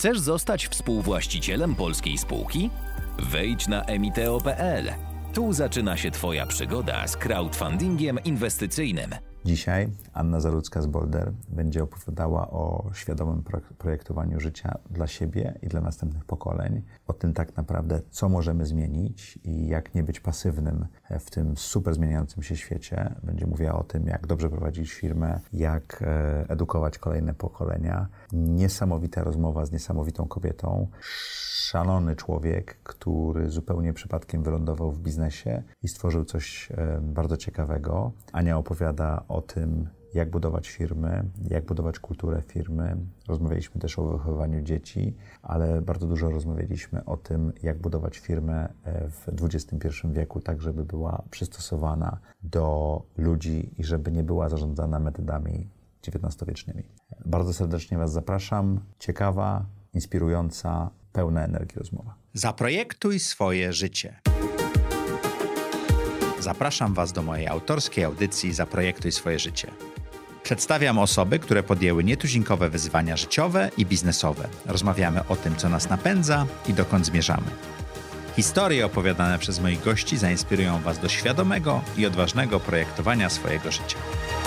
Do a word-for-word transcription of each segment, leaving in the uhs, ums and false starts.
Chcesz zostać współwłaścicielem polskiej spółki? Wejdź na emiteo kropka pe el. Tu zaczyna się Twoja przygoda z crowdfundingiem inwestycyjnym. Dzisiaj Anna Zarudzka z Bolder będzie opowiadała o świadomym projektowaniu życia dla siebie i dla następnych pokoleń. O tym tak naprawdę, co możemy zmienić i jak nie być pasywnym w tym super zmieniającym się świecie. Będzie mówiła o tym, jak dobrze prowadzić firmę, jak edukować kolejne pokolenia. Niesamowita rozmowa z niesamowitą kobietą. Szalony człowiek, który zupełnie przypadkiem wylądował w biznesie i stworzył coś bardzo ciekawego. Ania opowiada o tym, jak budować firmy, jak budować kulturę firmy. Rozmawialiśmy też o wychowywaniu dzieci, ale bardzo dużo rozmawialiśmy o tym, jak budować firmę w dwudziestym pierwszym wieku, tak żeby była przystosowana do ludzi i żeby nie była zarządzana metodami dziewiętnastowiecznymi. Bardzo serdecznie Was zapraszam. Ciekawa, inspirująca, pełna energii rozmowa. Zaprojektuj swoje życie. Zapraszam Was do mojej autorskiej audycji Zaprojektuj swoje życie. Przedstawiam osoby, które podjęły nietuzinkowe wyzwania życiowe i biznesowe. Rozmawiamy o tym, co nas napędza i dokąd zmierzamy. Historie opowiadane przez moich gości zainspirują Was do świadomego i odważnego projektowania swojego życia.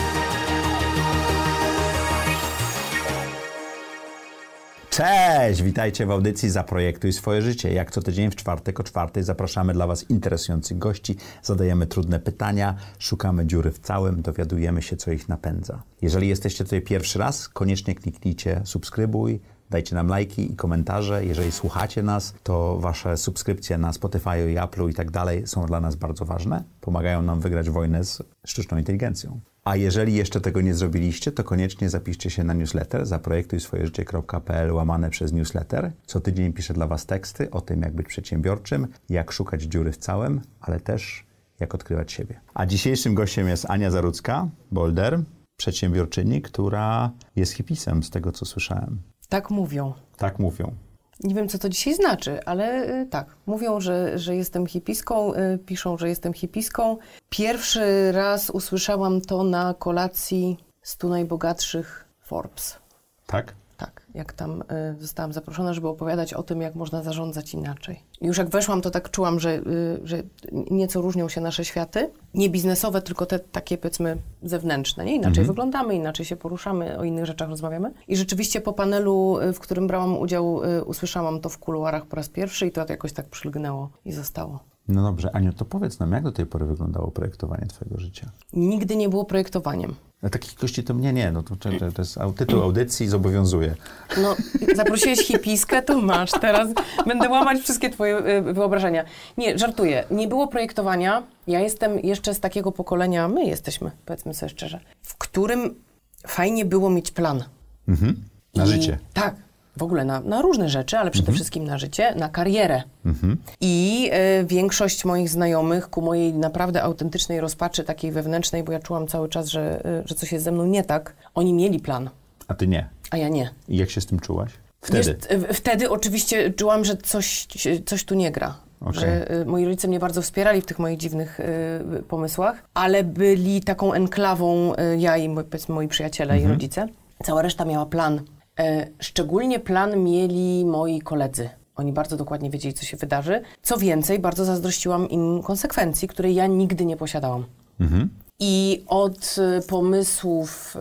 Cześć! Witajcie w audycji Zaprojektuj swoje życie. Jak co tydzień w czwartek o czwartej zapraszamy dla Was interesujących gości, zadajemy trudne pytania, szukamy dziury w całym, dowiadujemy się, co ich napędza. Jeżeli jesteście tutaj pierwszy raz, koniecznie kliknijcie subskrybuj, dajcie nam lajki i komentarze. Jeżeli słuchacie nas, to Wasze subskrypcje na Spotify i Apple'u i tak dalej są dla nas bardzo ważne. Pomagają nam wygrać wojnę z sztuczną inteligencją. A jeżeli jeszcze tego nie zrobiliście, to koniecznie zapiszcie się na newsletter zaprojektuj swoje życie kropka pe el łamane przez newsletter. Co tydzień piszę dla Was teksty o tym, jak być przedsiębiorczym, jak szukać dziury w całym, ale też jak odkrywać siebie. A dzisiejszym gościem jest Ania Zarudzka, Bolder, przedsiębiorczyni, która jest hipisem, z tego co słyszałem. Tak mówią. Tak mówią. Nie wiem, co to dzisiaj znaczy, ale y, tak. Mówią, że, że jestem hipiską, y, piszą, że jestem hipiską. Pierwszy raz usłyszałam to na kolacji stu najbogatszych Forbes. Tak? Tak, jak tam y, zostałam zaproszona, żeby opowiadać o tym, jak można zarządzać inaczej. I już jak weszłam, to tak czułam, że, y, że nieco różnią się nasze światy. Nie biznesowe, tylko te takie, powiedzmy, zewnętrzne. Nie? Inaczej mhm. wyglądamy, inaczej się poruszamy, o innych rzeczach rozmawiamy. I rzeczywiście po panelu, w którym brałam udział, y, usłyszałam to w kuluarach po raz pierwszy i to jakoś tak przylgnęło i zostało. No dobrze, Aniu, to powiedz nam, jak do tej pory wyglądało projektowanie Twojego życia? Nigdy nie było projektowaniem. A takich gości to mnie nie, no to, to, to jest tytuł audycji, zobowiązuje. No, zaprosiłeś hipiskę, to masz, teraz będę łamać wszystkie twoje y, wyobrażenia. Nie, żartuję, nie było projektowania, ja jestem jeszcze z takiego pokolenia, my jesteśmy, powiedzmy sobie szczerze, w którym fajnie było mieć plan. Mhm. Na I, życie. Tak. W ogóle na, na różne rzeczy, ale przede mhm. wszystkim na życie, na karierę. Mhm. I y, większość moich znajomych ku mojej naprawdę autentycznej rozpaczy, takiej wewnętrznej, bo ja czułam cały czas, że, y, że coś jest ze mną nie tak, oni mieli plan. A ty nie? A ja nie. I jak się z tym czułaś? Wtedy? Wiesz, y, wtedy oczywiście czułam, że coś, coś tu nie gra. Okay. Że y, moi rodzice mnie bardzo wspierali w tych moich dziwnych y, pomysłach, ale byli taką enklawą, y, ja i moi, powiedzmy, moi przyjaciele mhm. i rodzice. Cała reszta miała plan. Szczególnie plan mieli moi koledzy. Oni bardzo dokładnie wiedzieli, co się wydarzy. Co więcej, bardzo zazdrościłam im konsekwencji, której ja nigdy nie posiadałam. Mhm. I od pomysłów,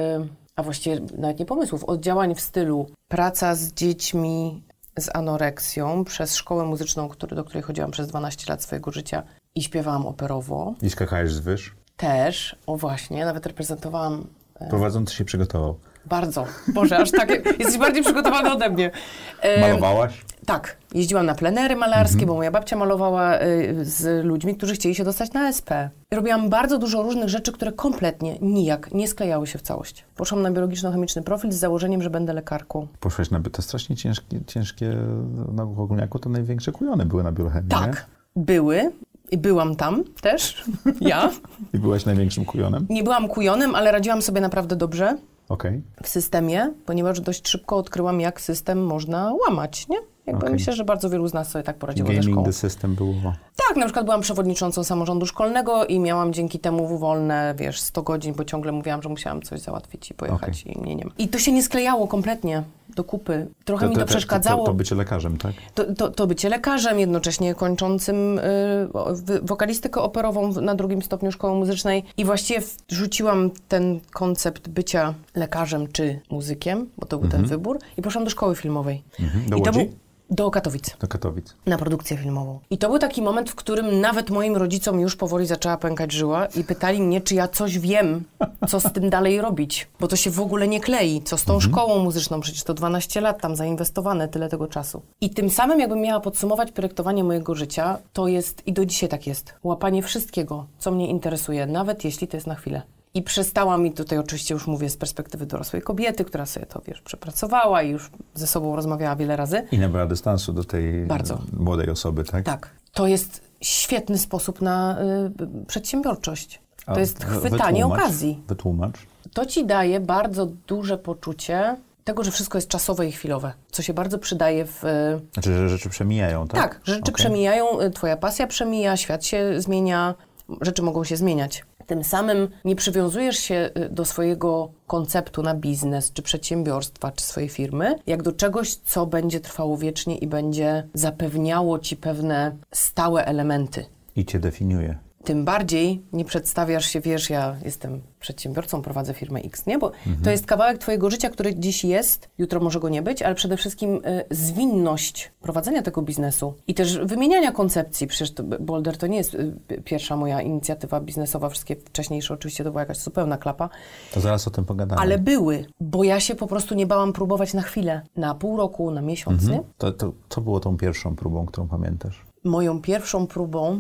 a właściwie nawet nie pomysłów, od działań w stylu praca z dziećmi z anoreksją przez szkołę muzyczną, który, do której chodziłam przez dwanaście lat swojego życia i śpiewałam operowo. I skakałeś z wyż? Też, o właśnie, nawet reprezentowałam... Prowadzący się przygotował. Bardzo. Boże, aż tak. Jesteś bardziej przygotowany ode mnie. E, Malowałaś? Tak. Jeździłam na plenery malarskie, mhm. bo moja babcia malowała y, z ludźmi, którzy chcieli się dostać na S P. Robiłam bardzo dużo różnych rzeczy, które kompletnie nijak nie sklejały się w całość. Poszłam na biologiczno-chemiczny profil z założeniem, że będę lekarką. Poszłaś na... To strasznie ciężkie, ciężkie na ogólniaku to największe kujony były na biochemii, Tak. Nie? Były. I byłam tam też. Ja. I byłaś największym kujonem? Nie byłam kujonem, ale radziłam sobie naprawdę dobrze. Okay. W systemie, ponieważ dość szybko odkryłam, jak system można łamać, nie? Jakby okay. myślę, że bardzo wielu z nas sobie tak poradziło Gaming ze szkołą. the system było. Tak, na przykład byłam przewodniczącą samorządu szkolnego i miałam dzięki temu wolne, wiesz, sto godzin, bo ciągle mówiłam, że musiałam coś załatwić i pojechać okay. i mnie nie ma. I to się nie sklejało kompletnie. do kupy. Trochę to, mi to, to przeszkadzało. To, to, to bycie lekarzem, tak? To, to, to bycie lekarzem, jednocześnie kończącym y, wokalistykę operową na drugim stopniu szkoły muzycznej i właściwie rzuciłam ten koncept bycia lekarzem czy muzykiem, bo to był mhm. ten wybór i poszłam do szkoły filmowej. Mhm. Do I Łodzi? To był, do Katowic. Do Katowic. Na produkcję filmową. I to był taki moment, w którym nawet moim rodzicom już powoli zaczęła pękać żyła i pytali mnie, czy ja coś wiem, co z tym dalej robić, bo to się w ogóle nie klei. Co z tą mhm. szkołą muzyczną? Przecież to dwanaście lat tam zainwestowane, tyle tego czasu. I tym samym, jakbym miała podsumować projektowanie mojego życia, to jest, i do dzisiaj tak jest, łapanie wszystkiego, co mnie interesuje, nawet jeśli to jest na chwilę. I przestałam, i tutaj oczywiście już mówię z perspektywy dorosłej kobiety, która sobie to, wiesz, przepracowała i już ze sobą rozmawiała wiele razy. I nabrała dystansu do tej Bardzo. młodej osoby, tak? Tak. To jest świetny sposób na y, przedsiębiorczość. To A jest chwytanie wytłumacz, okazji. Wytłumacz. To ci daje bardzo duże poczucie tego, że wszystko jest czasowe i chwilowe, co się bardzo przydaje w... Znaczy, że rzeczy przemijają, tak? Tak, że rzeczy okay. przemijają, twoja pasja przemija, świat się zmienia, rzeczy mogą się zmieniać. Tym samym nie przywiązujesz się do swojego konceptu na biznes, czy przedsiębiorstwa, czy swojej firmy, jak do czegoś, co będzie trwało wiecznie i będzie zapewniało ci pewne stałe elementy. I cię definiuje. Tym bardziej nie przedstawiasz się, wiesz, ja jestem przedsiębiorcą, prowadzę firmę X, nie? Bo mhm. to jest kawałek twojego życia, który dziś jest, jutro może go nie być, ale przede wszystkim y, zwinność prowadzenia tego biznesu i też wymieniania koncepcji. Przecież to, Bolder to nie jest y, pierwsza moja inicjatywa biznesowa, wszystkie wcześniejsze oczywiście to była jakaś zupełna klapa. To zaraz o tym pogadamy. Ale były, bo ja się po prostu nie bałam próbować na chwilę, na pół roku, na miesiąc, mhm. nie? To, to, co było tą pierwszą próbą, którą pamiętasz? Moją pierwszą próbą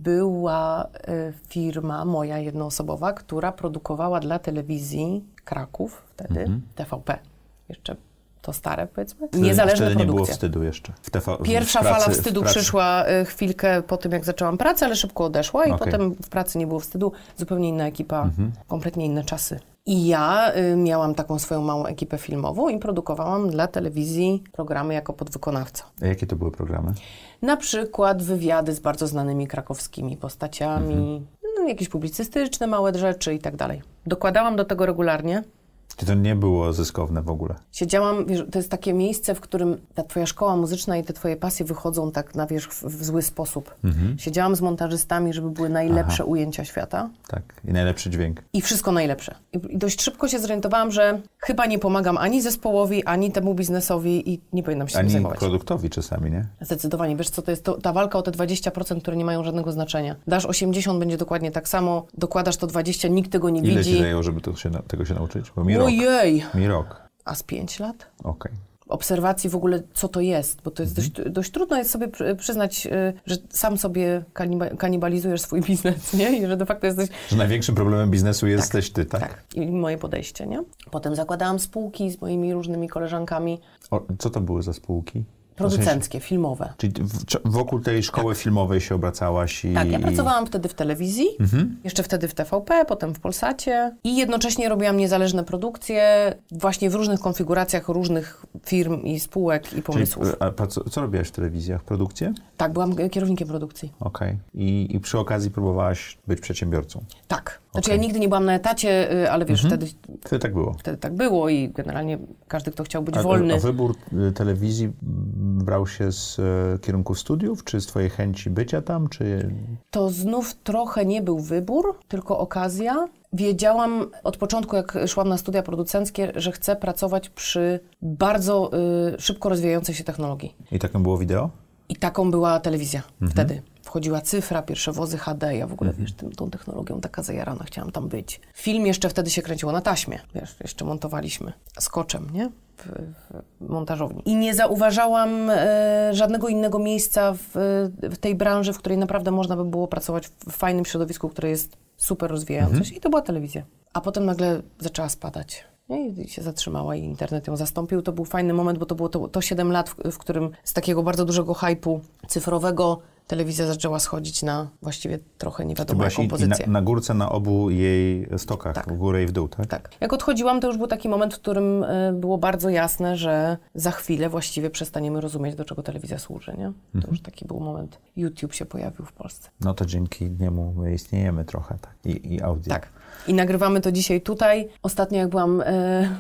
była y, firma moja jednoosobowa, która produkowała dla telewizji Kraków, wtedy mm-hmm. T V P. Jeszcze to stare, powiedzmy. Wtedy, Niezależne wtedy produkcje. nie było wstydu jeszcze. W T V, Pierwsza w pracy, fala wstydu pracy. przyszła y, chwilkę po tym, jak zaczęłam pracę, ale szybko odeszła i okay. potem w pracy nie było wstydu. Zupełnie inna ekipa, mm-hmm. kompletnie inne czasy. I ja y, miałam taką swoją małą ekipę filmową i produkowałam dla telewizji programy jako podwykonawca. A jakie to były programy? Na przykład wywiady z bardzo znanymi krakowskimi postaciami, mhm. no, jakieś publicystyczne małe rzeczy i tak dalej. Dokładałam do tego regularnie. Czy to nie było zyskowne w ogóle? Siedziałam, wiesz, to jest takie miejsce, w którym ta twoja szkoła muzyczna i te twoje pasje wychodzą tak na wierzch w, w zły sposób. Mhm. Siedziałam z montażystami, żeby były najlepsze Aha. ujęcia świata. Tak, i najlepszy dźwięk. I wszystko najlepsze. I, I dość szybko się zorientowałam, że chyba nie pomagam ani zespołowi, ani temu biznesowi i nie powinnam się ani tym zajmować. Ani produktowi czasami, nie? Zdecydowanie. Wiesz co, to jest to, ta walka o te dwadzieścia procent, które nie mają żadnego znaczenia. Dasz osiemdziesiąt, będzie dokładnie tak samo, dokładasz to dwadzieścia, nikt tego nie Ile widzi. Ile ci zajęło, żeby to się, tego się nauczyć? Bo mi Ojej! Rok. Mi rok. A z pięć lat? Okej. Okay. Obserwacji w ogóle, co to jest, bo to jest mhm. dość, dość trudno jest sobie przyznać, że sam sobie kaniba- kanibalizujesz swój biznes, nie? I że de facto jesteś... Że największym problemem biznesu jesteś tak, ty, tak? Tak. I moje podejście, nie? Potem zakładałam spółki z moimi różnymi koleżankami. O, co to były za spółki? Producenckie, filmowe. Czyli w, wokół tej szkoły tak. filmowej się obracałaś i... Tak, ja pracowałam wtedy w telewizji, mhm. jeszcze wtedy w T V P, potem w Polsacie i jednocześnie robiłam niezależne produkcje właśnie w różnych konfiguracjach różnych firm i spółek i pomysłów. Czyli, a co, co robiłaś w telewizjach? Produkcję? Tak, byłam kierownikiem produkcji. Okej. Okay. I, I przy okazji próbowałaś być przedsiębiorcą? Tak. Znaczy okay. ja nigdy nie byłam na etacie, ale wiesz, mhm. wtedy... Wtedy tak było. Wtedy tak było i generalnie każdy, kto chciał być a, wolny... A wybór telewizji brał się z e, kierunku studiów, czy z twojej chęci bycia tam, czy... To znów trochę nie był wybór, tylko okazja. Wiedziałam od początku, jak szłam na studia producenckie, że chcę pracować przy bardzo y, szybko rozwijającej się technologii. I taką było wideo? I taką była telewizja mhm. wtedy. Wchodziła cyfra, pierwsze wozy H D, ja w ogóle, mhm. wiesz, tym, tą technologią taka zajarana, chciałam tam być. Film jeszcze wtedy się kręciło na taśmie, wiesz, jeszcze montowaliśmy skoczem, nie? W, w montażowni. I nie zauważałam e, żadnego innego miejsca w, w tej branży, w której naprawdę można by było pracować w fajnym środowisku, które jest super rozwijające mhm. się. I to była telewizja. A potem nagle zaczęła spadać. Nie? I się zatrzymała i internet ją zastąpił. To był fajny moment, bo to było to, to siedem lat, w, w którym z takiego bardzo dużego hype'u cyfrowego telewizja zaczęła schodzić na właściwie trochę nie wiadomo jaką pozycję. Na, na górce, na obu jej stokach, tak. w górę i w dół, tak? Tak. Jak odchodziłam, to już był taki moment, w którym y, było bardzo jasne, że za chwilę właściwie przestaniemy rozumieć, do czego telewizja służy, nie? To mhm. już taki był moment. YouTube się pojawił w Polsce. No to dzięki niemu my istniejemy trochę, tak? I, i audio. Tak. I nagrywamy to dzisiaj tutaj. Ostatnio jak byłam... Y,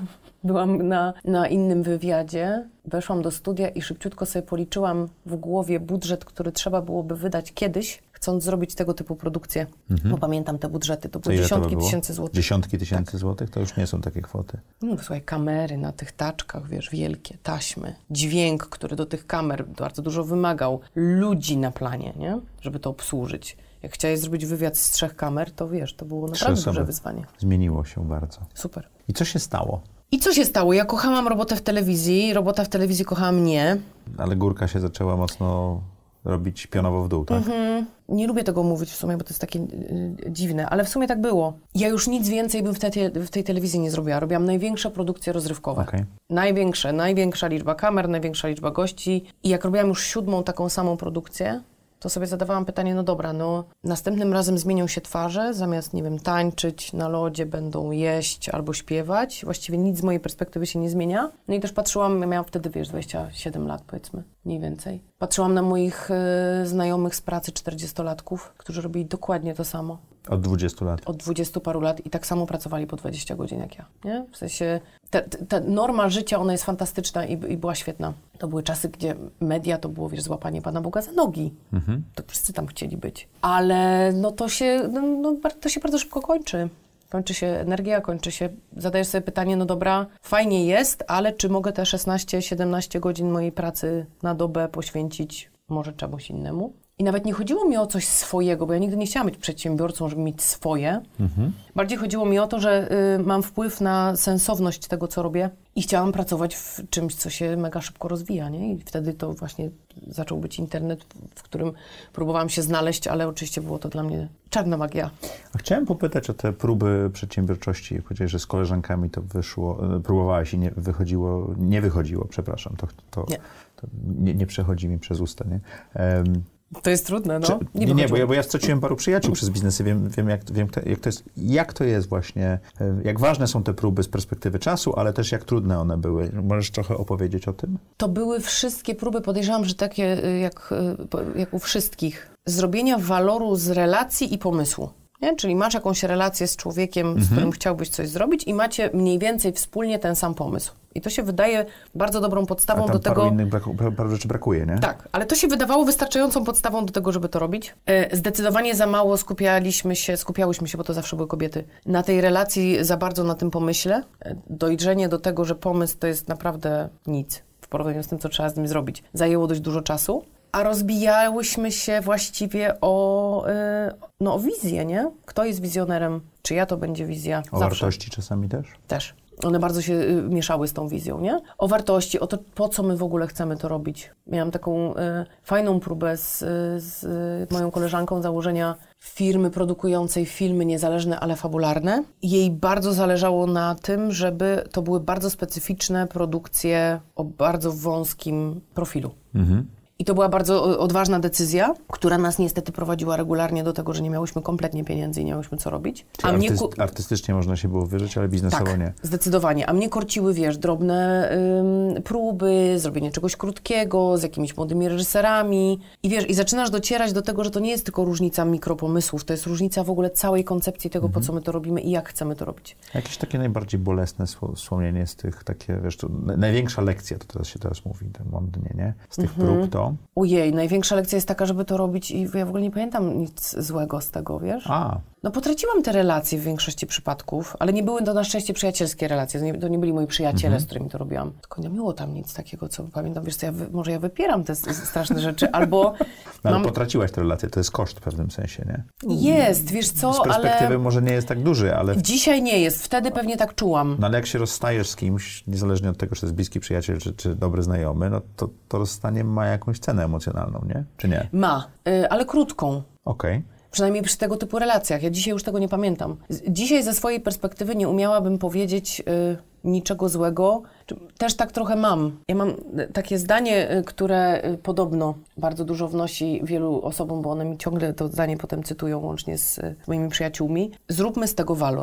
Byłam na, na innym wywiadzie, weszłam do studia i szybciutko sobie policzyłam w głowie budżet, który trzeba byłoby wydać kiedyś, chcąc zrobić tego typu produkcję. Mhm. Bo pamiętam te budżety, to były dziesiątki to by tysięcy złotych. Dziesiątki tysięcy tak. złotych? To już nie są takie kwoty. No słuchaj, kamery na tych taczkach, wiesz, wielkie, taśmy, dźwięk, który do tych kamer bardzo dużo wymagał, ludzi na planie, nie? Żeby to obsłużyć. Jak chciałeś zrobić wywiad z trzech kamer, to wiesz, to było naprawdę duże wyzwanie. Zmieniło się bardzo. Super. I co się stało? I co się stało? Ja kochałam robotę w telewizji, robota w telewizji kochała mnie. Ale górka się zaczęła mocno robić pionowo w dół, tak? Mhm. Nie lubię tego mówić w sumie, bo to jest takie y, dziwne, ale w sumie tak było. Ja już nic więcej bym w, te, w tej telewizji nie zrobiła. Robiłam największe produkcje rozrywkowe. Okay. Największe, największa liczba kamer, największa liczba gości. I jak robiłam już siódmą taką samą produkcję, to sobie zadawałam pytanie, no dobra, no następnym razem zmienią się twarze, zamiast, nie wiem, tańczyć na lodzie, będą jeść albo śpiewać. Właściwie nic z mojej perspektywy się nie zmienia. No i też patrzyłam, ja miałam wtedy, wiesz, dwadzieścia siedem lat, powiedzmy, mniej więcej. Patrzyłam na moich y, znajomych z pracy czterdziestolatków, którzy robili dokładnie to samo. Od dwudziestu lat. Od dwudziestu paru lat i tak samo pracowali po dwadzieścia godzin jak ja, nie? W sensie, ta, ta norma życia, ona jest fantastyczna i, i była świetna. To były czasy, gdzie media to było, wiesz, złapanie Pana Boga za nogi. Mhm. To wszyscy tam chcieli być. Ale no to się, no, no, to się bardzo szybko kończy. Kończy się energia, kończy się, zadajesz sobie pytanie, no dobra, fajnie jest, ale czy mogę te szesnaście siedemnaście godzin mojej pracy na dobę poświęcić może czemuś innemu? I nawet nie chodziło mi o coś swojego, bo ja nigdy nie chciałam być przedsiębiorcą, żeby mieć swoje. Mhm. Bardziej chodziło mi o to, że y, mam wpływ na sensowność tego, co robię i chciałam pracować w czymś, co się mega szybko rozwija, nie? I wtedy to właśnie zaczął być internet, w którym próbowałam się znaleźć, ale oczywiście było to dla mnie czarna magia. A chciałem popytać o te próby przedsiębiorczości. Powiedziałeś, że z koleżankami to wyszło, próbowałaś i nie wychodziło, nie wychodziło, przepraszam, to, to, nie. to nie, nie przechodzi mi przez usta, nie? Um, To jest trudne, no. Czy, nie, nie bo, ja, bo ja straciłem paru przyjaciół przez biznesy, wiem, wiem, jak, wiem jak, to jest, jak to jest właśnie, jak ważne są te próby z perspektywy czasu, ale też jak trudne one były. Możesz trochę opowiedzieć o tym? To były wszystkie próby, podejrzewam, że takie jak, jak u wszystkich, zrobienia waloru z relacji i pomysłu. Nie? Czyli masz jakąś relację z człowiekiem, mhm. z którym chciałbyś coś zrobić i macie mniej więcej wspólnie ten sam pomysł. I to się wydaje bardzo dobrą podstawą a tam do paru tego... innych braku, paru rzeczy brakuje, nie? Tak, ale to się wydawało wystarczającą podstawą do tego, żeby to robić. E, zdecydowanie za mało skupialiśmy się, skupiałyśmy się, bo to zawsze były kobiety, na tej relacji, za bardzo na tym pomyśle. E, dojrzenie do tego, że pomysł to jest naprawdę nic w porównaniu z tym, co trzeba z nim zrobić. Zajęło dość dużo czasu. A rozbijałyśmy się właściwie o, yy, no, o wizję, nie? Kto jest wizjonerem? Czyja to będzie wizja? O Zawsze. wartości czasami też? Też. One bardzo się y, mieszały z tą wizją, nie? O wartości, o to, po co my w ogóle chcemy to robić. Miałam taką y, fajną próbę z, z y, moją koleżanką założenia firmy produkującej filmy niezależne, ale fabularne. Jej bardzo zależało na tym, żeby to były bardzo specyficzne produkcje o bardzo wąskim profilu. Mhm. I to była bardzo odważna decyzja, która nas niestety prowadziła regularnie do tego, że nie miałyśmy kompletnie pieniędzy i nie miałyśmy co robić. A mnie artyst, ku... artystycznie można się było wyżyć, ale biznesowo tak, nie. Zdecydowanie. A mnie korciły, wiesz, drobne ym, próby, zrobienie czegoś krótkiego z jakimiś młodymi reżyserami. I wiesz, i zaczynasz docierać do tego, że to nie jest tylko różnica mikropomysłów, to jest różnica w ogóle całej koncepcji tego, mhm. po co my to robimy i jak chcemy to robić. Jakieś takie najbardziej bolesne wspomnienie z tych, takie, wiesz, to największa lekcja, to teraz się teraz mówi, ten modnie, nie? Z tych mhm. prób to... Ojej, największa lekcja jest taka, żeby to robić i ja w ogóle nie pamiętam nic złego z tego, wiesz? A. No potraciłam te relacje w większości przypadków, ale nie były to na szczęście przyjacielskie relacje, to nie, to nie byli moi przyjaciele, mm-hmm. z którymi to robiłam. Tylko nie było tam nic takiego, co pamiętam, wiesz co, ja wy, może ja wypieram te straszne rzeczy, albo... No, ale mam... potraciłaś te relacje, to jest koszt w pewnym sensie, nie? Jest, wiesz co, ale... Z perspektywy ale... może nie jest tak duży, ale... Dzisiaj nie jest, wtedy pewnie tak czułam. No ale jak się rozstajesz z kimś, niezależnie od tego, czy to jest bliski przyjaciel, czy, czy dobry znajomy, no to to rozstanie ma jakąś cenę emocjonalną, nie? Czy nie? Ma, y, ale krótką. Okej. Okay. Przynajmniej przy tego typu relacjach. Ja dzisiaj już tego nie pamiętam. Dzisiaj ze swojej perspektywy nie umiałabym powiedzieć y, niczego złego. Też tak trochę mam. Ja mam takie zdanie, y, które y, podobno bardzo dużo wnosi wielu osobom, bo one mi ciągle to zdanie potem cytują łącznie z y, moimi przyjaciółmi. Zróbmy z tego walor.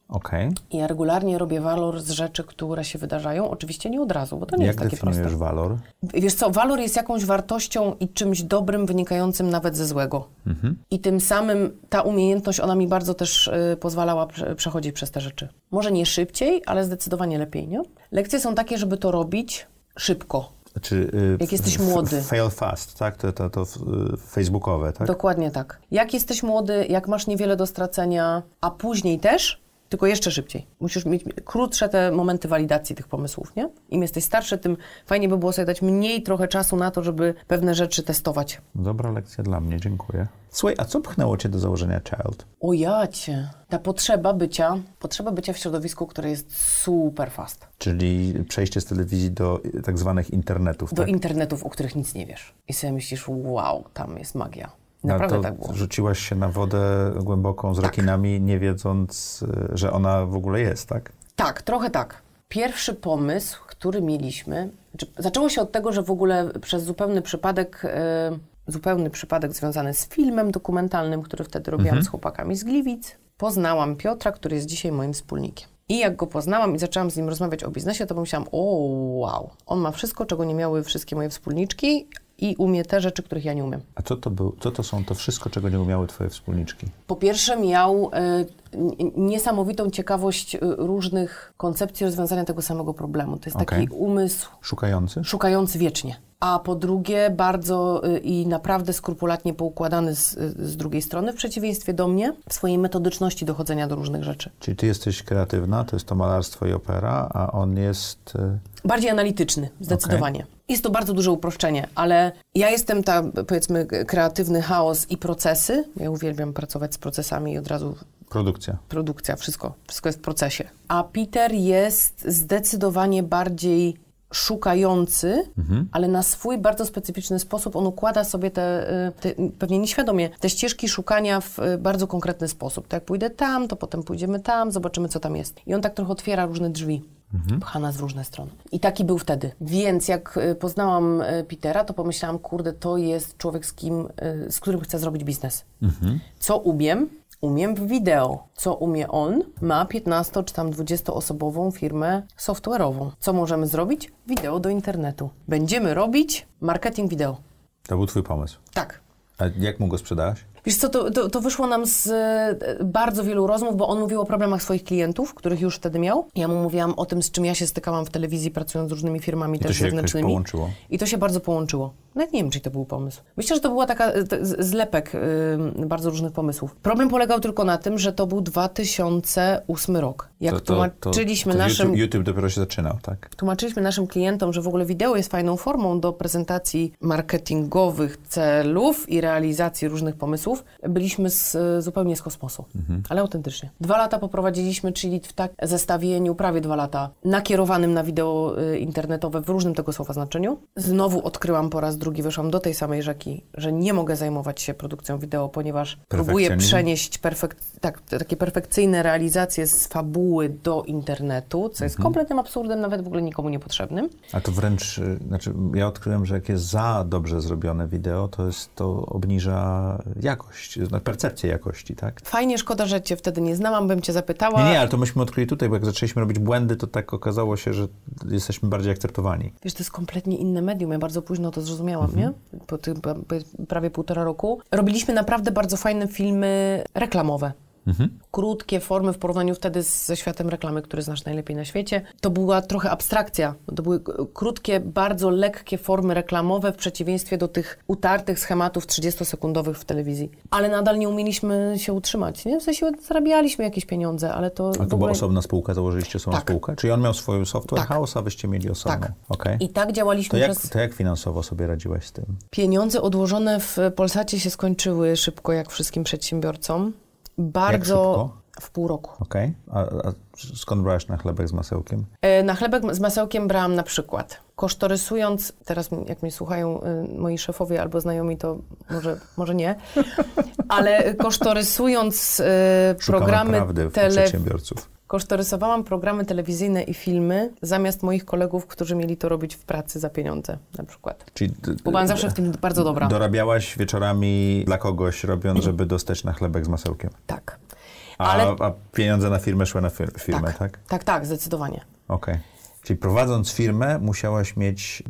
Okej. Okay. I ja regularnie robię walor z rzeczy, które się wydarzają. Oczywiście nie od razu, bo to nie Jak jest takie proste. Jak definiujesz walor? Wiesz co, walor jest jakąś wartością i czymś dobrym wynikającym nawet ze złego. Mhm. I tym samym ta umiejętność, ona mi bardzo też y, pozwalała prze, przechodzić przez te rzeczy. Może nie szybciej, ale zdecydowanie lepiej, nie? Lekcje są takie, żeby to robić szybko. Znaczy, y, jak jesteś młody. Fail fast, tak? To, to, to y, facebookowe, tak? Dokładnie tak. Jak jesteś młody, jak masz niewiele do stracenia, a później też, tylko jeszcze szybciej. Musisz mieć krótsze te momenty walidacji tych pomysłów, nie? Im jesteś starszy, tym fajnie by było sobie dać mniej trochę czasu na to, żeby pewne rzeczy testować. Dobra lekcja dla mnie, dziękuję. Słuchaj, a co pchnęło cię do założenia Child? O jacie. Ta potrzeba bycia, potrzeba bycia w środowisku, które jest super fast. Czyli przejście z telewizji do tak zwanych internetów, Do tak? internetów, o których nic nie wiesz. I sobie myślisz, wow, tam jest magia. Naprawdę no to tak było. Rzuciłaś się na wodę głęboką z tak. rekinami, nie wiedząc, że ona w ogóle jest, tak? Tak, trochę tak. Pierwszy pomysł, który mieliśmy, znaczy, zaczęło się od tego, że w ogóle przez zupełny przypadek, yy, zupełny przypadek związany z filmem dokumentalnym, który wtedy robiłam mhm. z chłopakami z Gliwic, poznałam Piotra, który jest dzisiaj moim wspólnikiem. I jak go poznałam i zaczęłam z nim rozmawiać o biznesie, to pomyślałam, o wow, on ma wszystko, czego nie miały wszystkie moje wspólniczki, i umie te rzeczy, których ja nie umiem. A co to, był, co to są to wszystko, czego nie umiały twoje wspólniczki? Po pierwsze miał y, niesamowitą ciekawość y, różnych koncepcji rozwiązania tego samego problemu. To jest okay. taki umysł... Szukający? Szukający wiecznie. A po drugie bardzo y, i naprawdę skrupulatnie poukładany z, z drugiej strony, w przeciwieństwie do mnie, w swojej metodyczności dochodzenia do różnych rzeczy. Czyli ty jesteś kreatywna, to jest to malarstwo i opera, a on jest... Y... Bardziej analityczny, zdecydowanie. Okay. Jest to bardzo duże uproszczenie, ale ja jestem ta, powiedzmy, kreatywny chaos i procesy. Ja uwielbiam pracować z procesami i od razu... Produkcja. Produkcja, wszystko. Wszystko jest w procesie. A Peter jest zdecydowanie bardziej szukający, mhm. ale na swój bardzo specyficzny sposób on układa sobie te, te, pewnie nieświadomie, te ścieżki szukania w bardzo konkretny sposób. To jak pójdę tam, to potem pójdziemy tam, zobaczymy, co tam jest. I on tak trochę otwiera różne drzwi. Mhm. Pcha nas w różne strony. I taki był wtedy. Więc jak poznałam Petera, to pomyślałam, kurde, to jest człowiek, z kim, z którym chcę zrobić biznes. Mhm. Co umiem? Umiem w wideo. Co umie on? Ma piętnasto czy tam dwudziestoosobową firmę software'ową. Co możemy zrobić? Wideo do internetu. Będziemy robić marketing wideo. To był twój pomysł? Tak. A jak mu go sprzedałaś? Wiesz co, to, to, to wyszło nam z e, bardzo wielu rozmów, bo on mówił o problemach swoich klientów, których już wtedy miał. Ja mu mówiłam o tym, z czym ja się stykałam w telewizji, pracując z różnymi firmami I też to się zewnętrznymi. Połączyło. I to się bardzo połączyło. Nawet nie wiem, czy to był pomysł. Myślę, że to była taka t, zlepek y, bardzo różnych pomysłów. Problem polegał tylko na tym, że to był dwa tysiące ósmy rok. Jak to, to, tłumaczyliśmy to, to naszym... YouTube, YouTube dopiero się zaczynał, tak? Tłumaczyliśmy naszym klientom, że w ogóle wideo jest fajną formą do prezentacji marketingowych celów i realizacji różnych pomysłów. Byliśmy z, zupełnie z kosmosu, mhm. ale autentycznie. Dwa lata poprowadziliśmy, czyli w tak zestawieniu, prawie dwa lata, nakierowanym na wideo y, internetowe w różnym tego słowa znaczeniu. Znowu odkryłam po raz drugi, wyszłam do tej samej rzeki, że nie mogę zajmować się produkcją wideo, ponieważ próbuję przenieść perfek- tak, takie perfekcyjne realizacje z fabuły do internetu, co jest mhm. kompletnym absurdem, nawet w ogóle nikomu niepotrzebnym. A to wręcz, znaczy ja odkryłem, że jak jest za dobrze zrobione wideo, to jest to obniża jakość, percepcję jakości, tak? Fajnie, szkoda, że cię wtedy nie znałam, bym cię zapytała. Nie, nie, ale to myśmy odkryli tutaj, bo jak zaczęliśmy robić błędy, to tak okazało się, że jesteśmy bardziej akceptowani. Wiesz, to jest kompletnie inne medium, ja bardzo późno to zrozumiałam, mhm. nie? Po tym po, po, prawie półtora roku. Robiliśmy naprawdę bardzo fajne filmy reklamowe. Mhm. Krótkie formy w porównaniu wtedy ze światem reklamy, który znasz najlepiej na świecie. To była trochę abstrakcja. To były krótkie, bardzo lekkie formy reklamowe w przeciwieństwie do tych utartych schematów trzydziestosekundowych w telewizji. Ale nadal nie umieliśmy się utrzymać. Nie? W sensie zarabialiśmy jakieś pieniądze, ale to... A to ogóle... była osobna spółka, założyliście swoją tak. spółkę? Czyli on miał swoją software tak. house, a wyście mieli osobną? Tak. Okay. I tak działaliśmy to jak, przez... To jak finansowo sobie radziłaś z tym? Pieniądze odłożone w Polsacie się skończyły szybko, jak wszystkim przedsiębiorcom. Bardzo... Jak szybko? W pół roku. Okej. Okay. A, a skąd brałaś na chlebek z masełkiem? E, na chlebek z masełkiem brałam na przykład, kosztorysując, teraz jak mnie słuchają y, moi szefowie albo znajomi, to może, może nie, ale kosztorysując y, programy... prawdy tele... przedsiębiorców. Kosztorysowałam programy telewizyjne i filmy zamiast moich kolegów, którzy mieli to robić w pracy za pieniądze, na przykład. Czyli Bo byłam zawsze w tym bardzo dobra. Dorabiałaś wieczorami dla kogoś, robiąc, żeby dostać na chlebek z masełkiem. Tak. Ale... A, a pieniądze na firmę szły na fir- firmę, tak? Tak, tak, tak, zdecydowanie. Okej. Okay. Czyli prowadząc firmę musiałaś mieć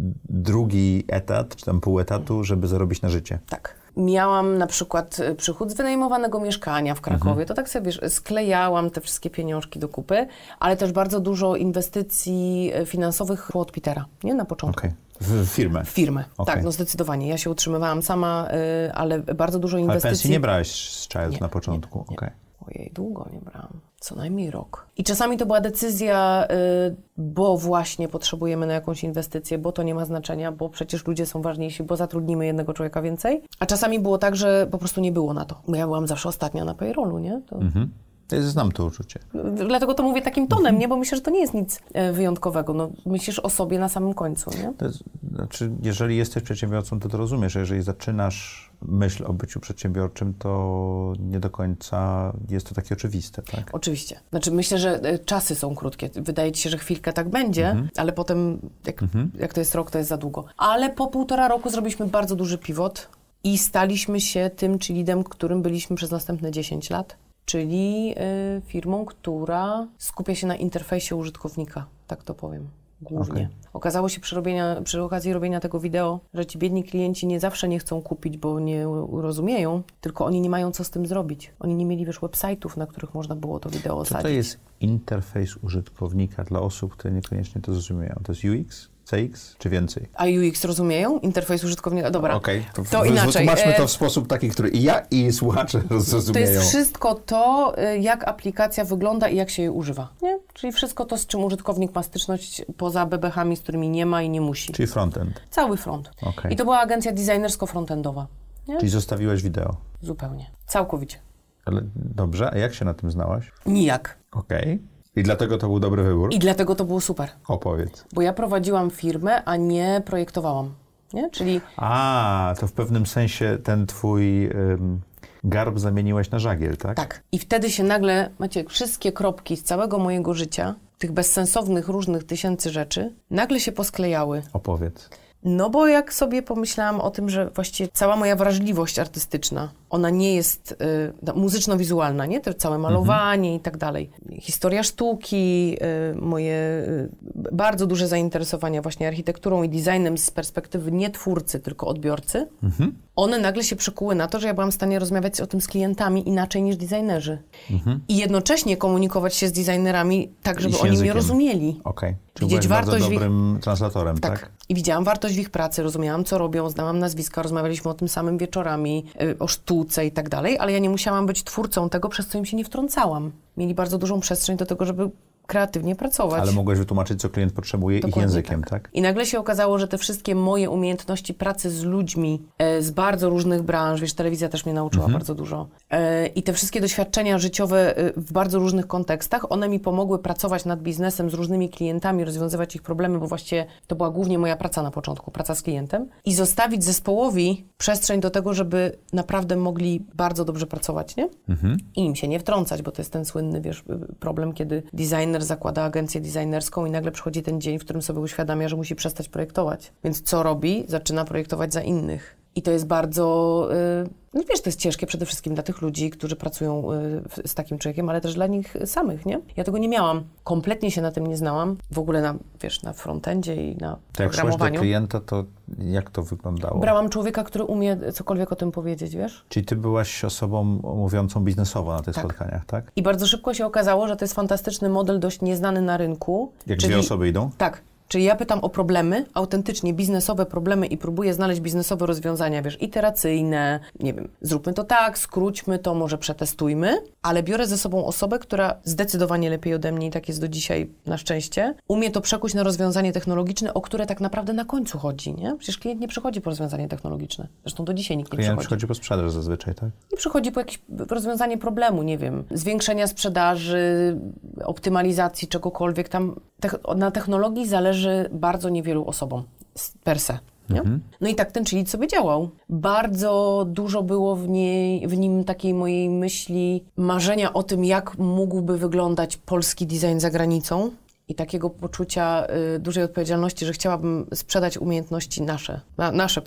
drugi etat, czy tam pół etatu, żeby zarobić na życie. Tak. Miałam na przykład przychód z wynajmowanego mieszkania w Krakowie, mhm. to tak sobie, wiesz, sklejałam te wszystkie pieniążki do kupy, ale też bardzo dużo inwestycji finansowych szło od Petera, nie? Na początku. Okay. W firmę? W firmę, okay. tak, no zdecydowanie. Ja się utrzymywałam sama, ale bardzo dużo inwestycji... Ale pensji nie brałaś z Child nie, na początku? Nie, nie. Okay. Ojej, długo nie brałam. Co najmniej rok. I czasami to była decyzja, y, bo właśnie potrzebujemy na jakąś inwestycję, bo to nie ma znaczenia, bo przecież ludzie są ważniejsi, bo zatrudnimy jednego człowieka więcej. A czasami było tak, że po prostu nie było na to. Bo ja byłam zawsze ostatnia na payrollu, nie? To... Mhm. Ja znam to uczucie. Dlatego to mówię takim tonem, mhm. nie? Bo myślę, że to nie jest nic wyjątkowego. No, myślisz o sobie na samym końcu, nie? To jest, znaczy, jeżeli jesteś przedsiębiorcą, to to rozumiesz, że jeżeli zaczynasz myśl o byciu przedsiębiorczym, to nie do końca jest to takie oczywiste, tak? Oczywiście. Znaczy myślę, że czasy są krótkie. Wydaje ci się, że chwilkę tak będzie, mhm. ale potem, jak, mhm. jak to jest rok, to jest za długo. Ale po półtora roku zrobiliśmy bardzo duży pivot i staliśmy się tym cheerleadem, którym byliśmy przez następne dziesięć lat. Czyli y, firmą, która skupia się na interfejsie użytkownika, tak to powiem, głównie. Okay. Okazało się przy, robienia, przy okazji robienia tego wideo, że ci biedni klienci nie zawsze nie chcą kupić, bo nie rozumieją, tylko oni nie mają co z tym zrobić. Oni nie mieli, wiesz, website'ów, na których można było to wideo osadzić. Co to jest interfejs użytkownika dla osób, które niekoniecznie to zrozumieją? To jest U X? C X czy więcej? A U X rozumieją? Interfejs użytkownika? Dobra, okay. to, to inaczej. Wytłumaczmy to w sposób taki, który i ja, i słuchacze zrozumieją. To jest wszystko to, jak aplikacja wygląda i jak się jej używa. Nie? Czyli wszystko to, z czym użytkownik ma styczność poza bebechami, z którymi nie ma i nie musi. Czyli frontend. Cały front. Okay. I to była agencja designersko-frontendowa. Nie? Czyli zostawiłaś wideo? Zupełnie. Całkowicie. Ale dobrze, a jak się na tym znałaś? Nijak. Okej. Okay. I dlatego to był dobry wybór? I dlatego to było super. Opowiedz. Bo ja prowadziłam firmę, a nie projektowałam. Nie? Czyli... A, to w pewnym sensie ten twój ym, garb zamieniłaś na żagiel, tak? Tak. I wtedy się nagle, Maciek, wszystkie kropki z całego mojego życia, tych bezsensownych różnych tysięcy rzeczy, nagle się posklejały. Opowiedz. No bo jak sobie pomyślałam o tym, że właściwie cała moja wrażliwość artystyczna, ona nie jest y, muzyczno-wizualna, nie? To całe malowanie mhm. i tak dalej. Historia sztuki, y, moje y, bardzo duże zainteresowania właśnie architekturą i designem z perspektywy nie twórcy, tylko odbiorcy, mhm. one nagle się przekuły na to, że ja byłam w stanie rozmawiać o tym z klientami inaczej niż designerzy. Mhm. I jednocześnie komunikować się z designerami tak, żeby oni mnie rozumieli. Okej. Okay. Czyli widzieć wartość bardzo dobrym ich... translatorem, tak? Tak. I widziałam wartość w ich pracy, rozumiałam, co robią, znałam nazwiska, rozmawialiśmy o tym samym wieczorami, y, o sztuce i tak dalej, ale ja nie musiałam być twórcą tego, przez co im się nie wtrącałam. Mieli bardzo dużą przestrzeń do tego, żeby kreatywnie pracować. Ale mogłeś wytłumaczyć, co klient potrzebuje ich językiem, tak. tak? I nagle się okazało, że te wszystkie moje umiejętności pracy z ludźmi e, z bardzo różnych branż, wiesz, telewizja też mnie nauczyła mhm. bardzo dużo, e, i te wszystkie doświadczenia życiowe e, w bardzo różnych kontekstach, one mi pomogły pracować nad biznesem z różnymi klientami, rozwiązywać ich problemy, bo właściwie to była głównie moja praca na początku, praca z klientem i zostawić zespołowi przestrzeń do tego, żeby naprawdę mogli bardzo dobrze pracować, nie? Mhm. I im się nie wtrącać, bo to jest ten słynny, wiesz, problem, kiedy designer zakłada agencję designerską i nagle przychodzi ten dzień, w którym sobie uświadamia, że musi przestać projektować. Więc co robi? Zaczyna projektować za innych. I to jest bardzo, yy, no wiesz, to jest ciężkie przede wszystkim dla tych ludzi, którzy pracują yy, z takim człowiekiem, ale też dla nich samych, nie? Ja tego nie miałam. Kompletnie się na tym nie znałam. W ogóle na, wiesz, na frontendzie i na to programowaniu. Jak szłaś do klienta, to jak to wyglądało? Brałam człowieka, który umie cokolwiek o tym powiedzieć, wiesz? Czyli ty byłaś osobą mówiącą biznesowo na tych tak. spotkaniach, tak? I bardzo szybko się okazało, że to jest fantastyczny model, dość nieznany na rynku. Jak czyli... dwie osoby idą? Tak. Czyli ja pytam o problemy, autentycznie biznesowe problemy i próbuję znaleźć biznesowe rozwiązania, wiesz, iteracyjne, nie wiem, zróbmy to tak, skróćmy to, może przetestujmy, ale biorę ze sobą osobę, która zdecydowanie lepiej ode mnie i tak jest do dzisiaj na szczęście, umie to przekuć na rozwiązanie technologiczne, o które tak naprawdę na końcu chodzi, nie? Przecież klient nie przychodzi po rozwiązanie technologiczne. Zresztą do dzisiaj nikt nie klient przychodzi. przychodzi po sprzedaż zazwyczaj, tak? Nie przychodzi po jakieś rozwiązanie problemu, nie wiem, zwiększenia sprzedaży, optymalizacji czegokolwiek tam. Te- na technologii zależy bardzo niewielu osobom per se. Nie? Mhm. No i tak ten cheerlead sobie działał. Bardzo dużo było w, niej, w nim takiej mojej myśli, marzenia o tym, jak mógłby wyglądać polski design za granicą i takiego poczucia y, dużej odpowiedzialności, że chciałabym sprzedać umiejętności nasze, na, nasze polskie.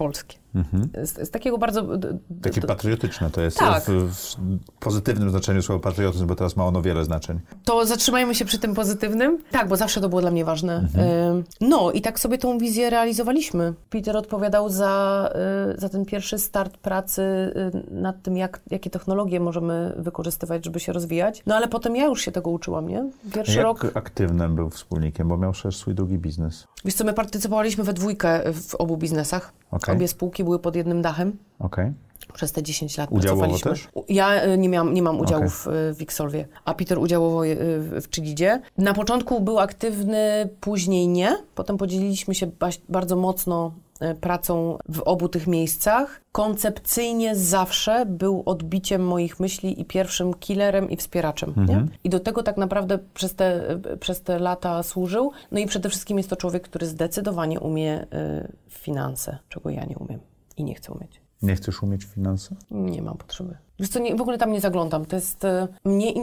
Mhm. Z, z takiego bardzo... D, Takie d, patriotyczne to jest tak. w, w pozytywnym znaczeniu słowa patriotyzm, bo teraz ma ono wiele znaczeń. To zatrzymajmy się przy tym pozytywnym. Tak, bo zawsze to było dla mnie ważne. Mhm. No i tak sobie tą wizję realizowaliśmy. Peter odpowiadał za, za ten pierwszy start pracy nad tym, jak, jakie technologie możemy wykorzystywać, żeby się rozwijać. No ale potem ja już się tego uczyłam, nie? Pierwszy jak rok... aktywnym był wspólnikiem, bo miał też swój drugi biznes. Wiesz co, my partycypowaliśmy we dwójkę w obu biznesach. Okay. Obie spółki były pod jednym dachem. Okej. Okay. Przez te dziesięć lat udziałowo pracowaliśmy. Też? Ja nie, miałam, nie mam udziału okay. w, w Xolvie, a Peter udziałowo w Chilidzie. Na początku był aktywny, później nie. Potem podzieliliśmy się bardzo mocno pracą w obu tych miejscach. Koncepcyjnie zawsze był odbiciem moich myśli i pierwszym killerem i wspieraczem. Mm-hmm. Nie? I do tego tak naprawdę przez te, przez te lata służył. No i przede wszystkim jest to człowiek, który zdecydowanie umie y, finanse, czego ja nie umiem i nie chcę umieć. Nie chcesz umieć finanse? Nie mam potrzeby. Wiesz co, nie, w ogóle tam nie zaglądam. To jest, y, mnie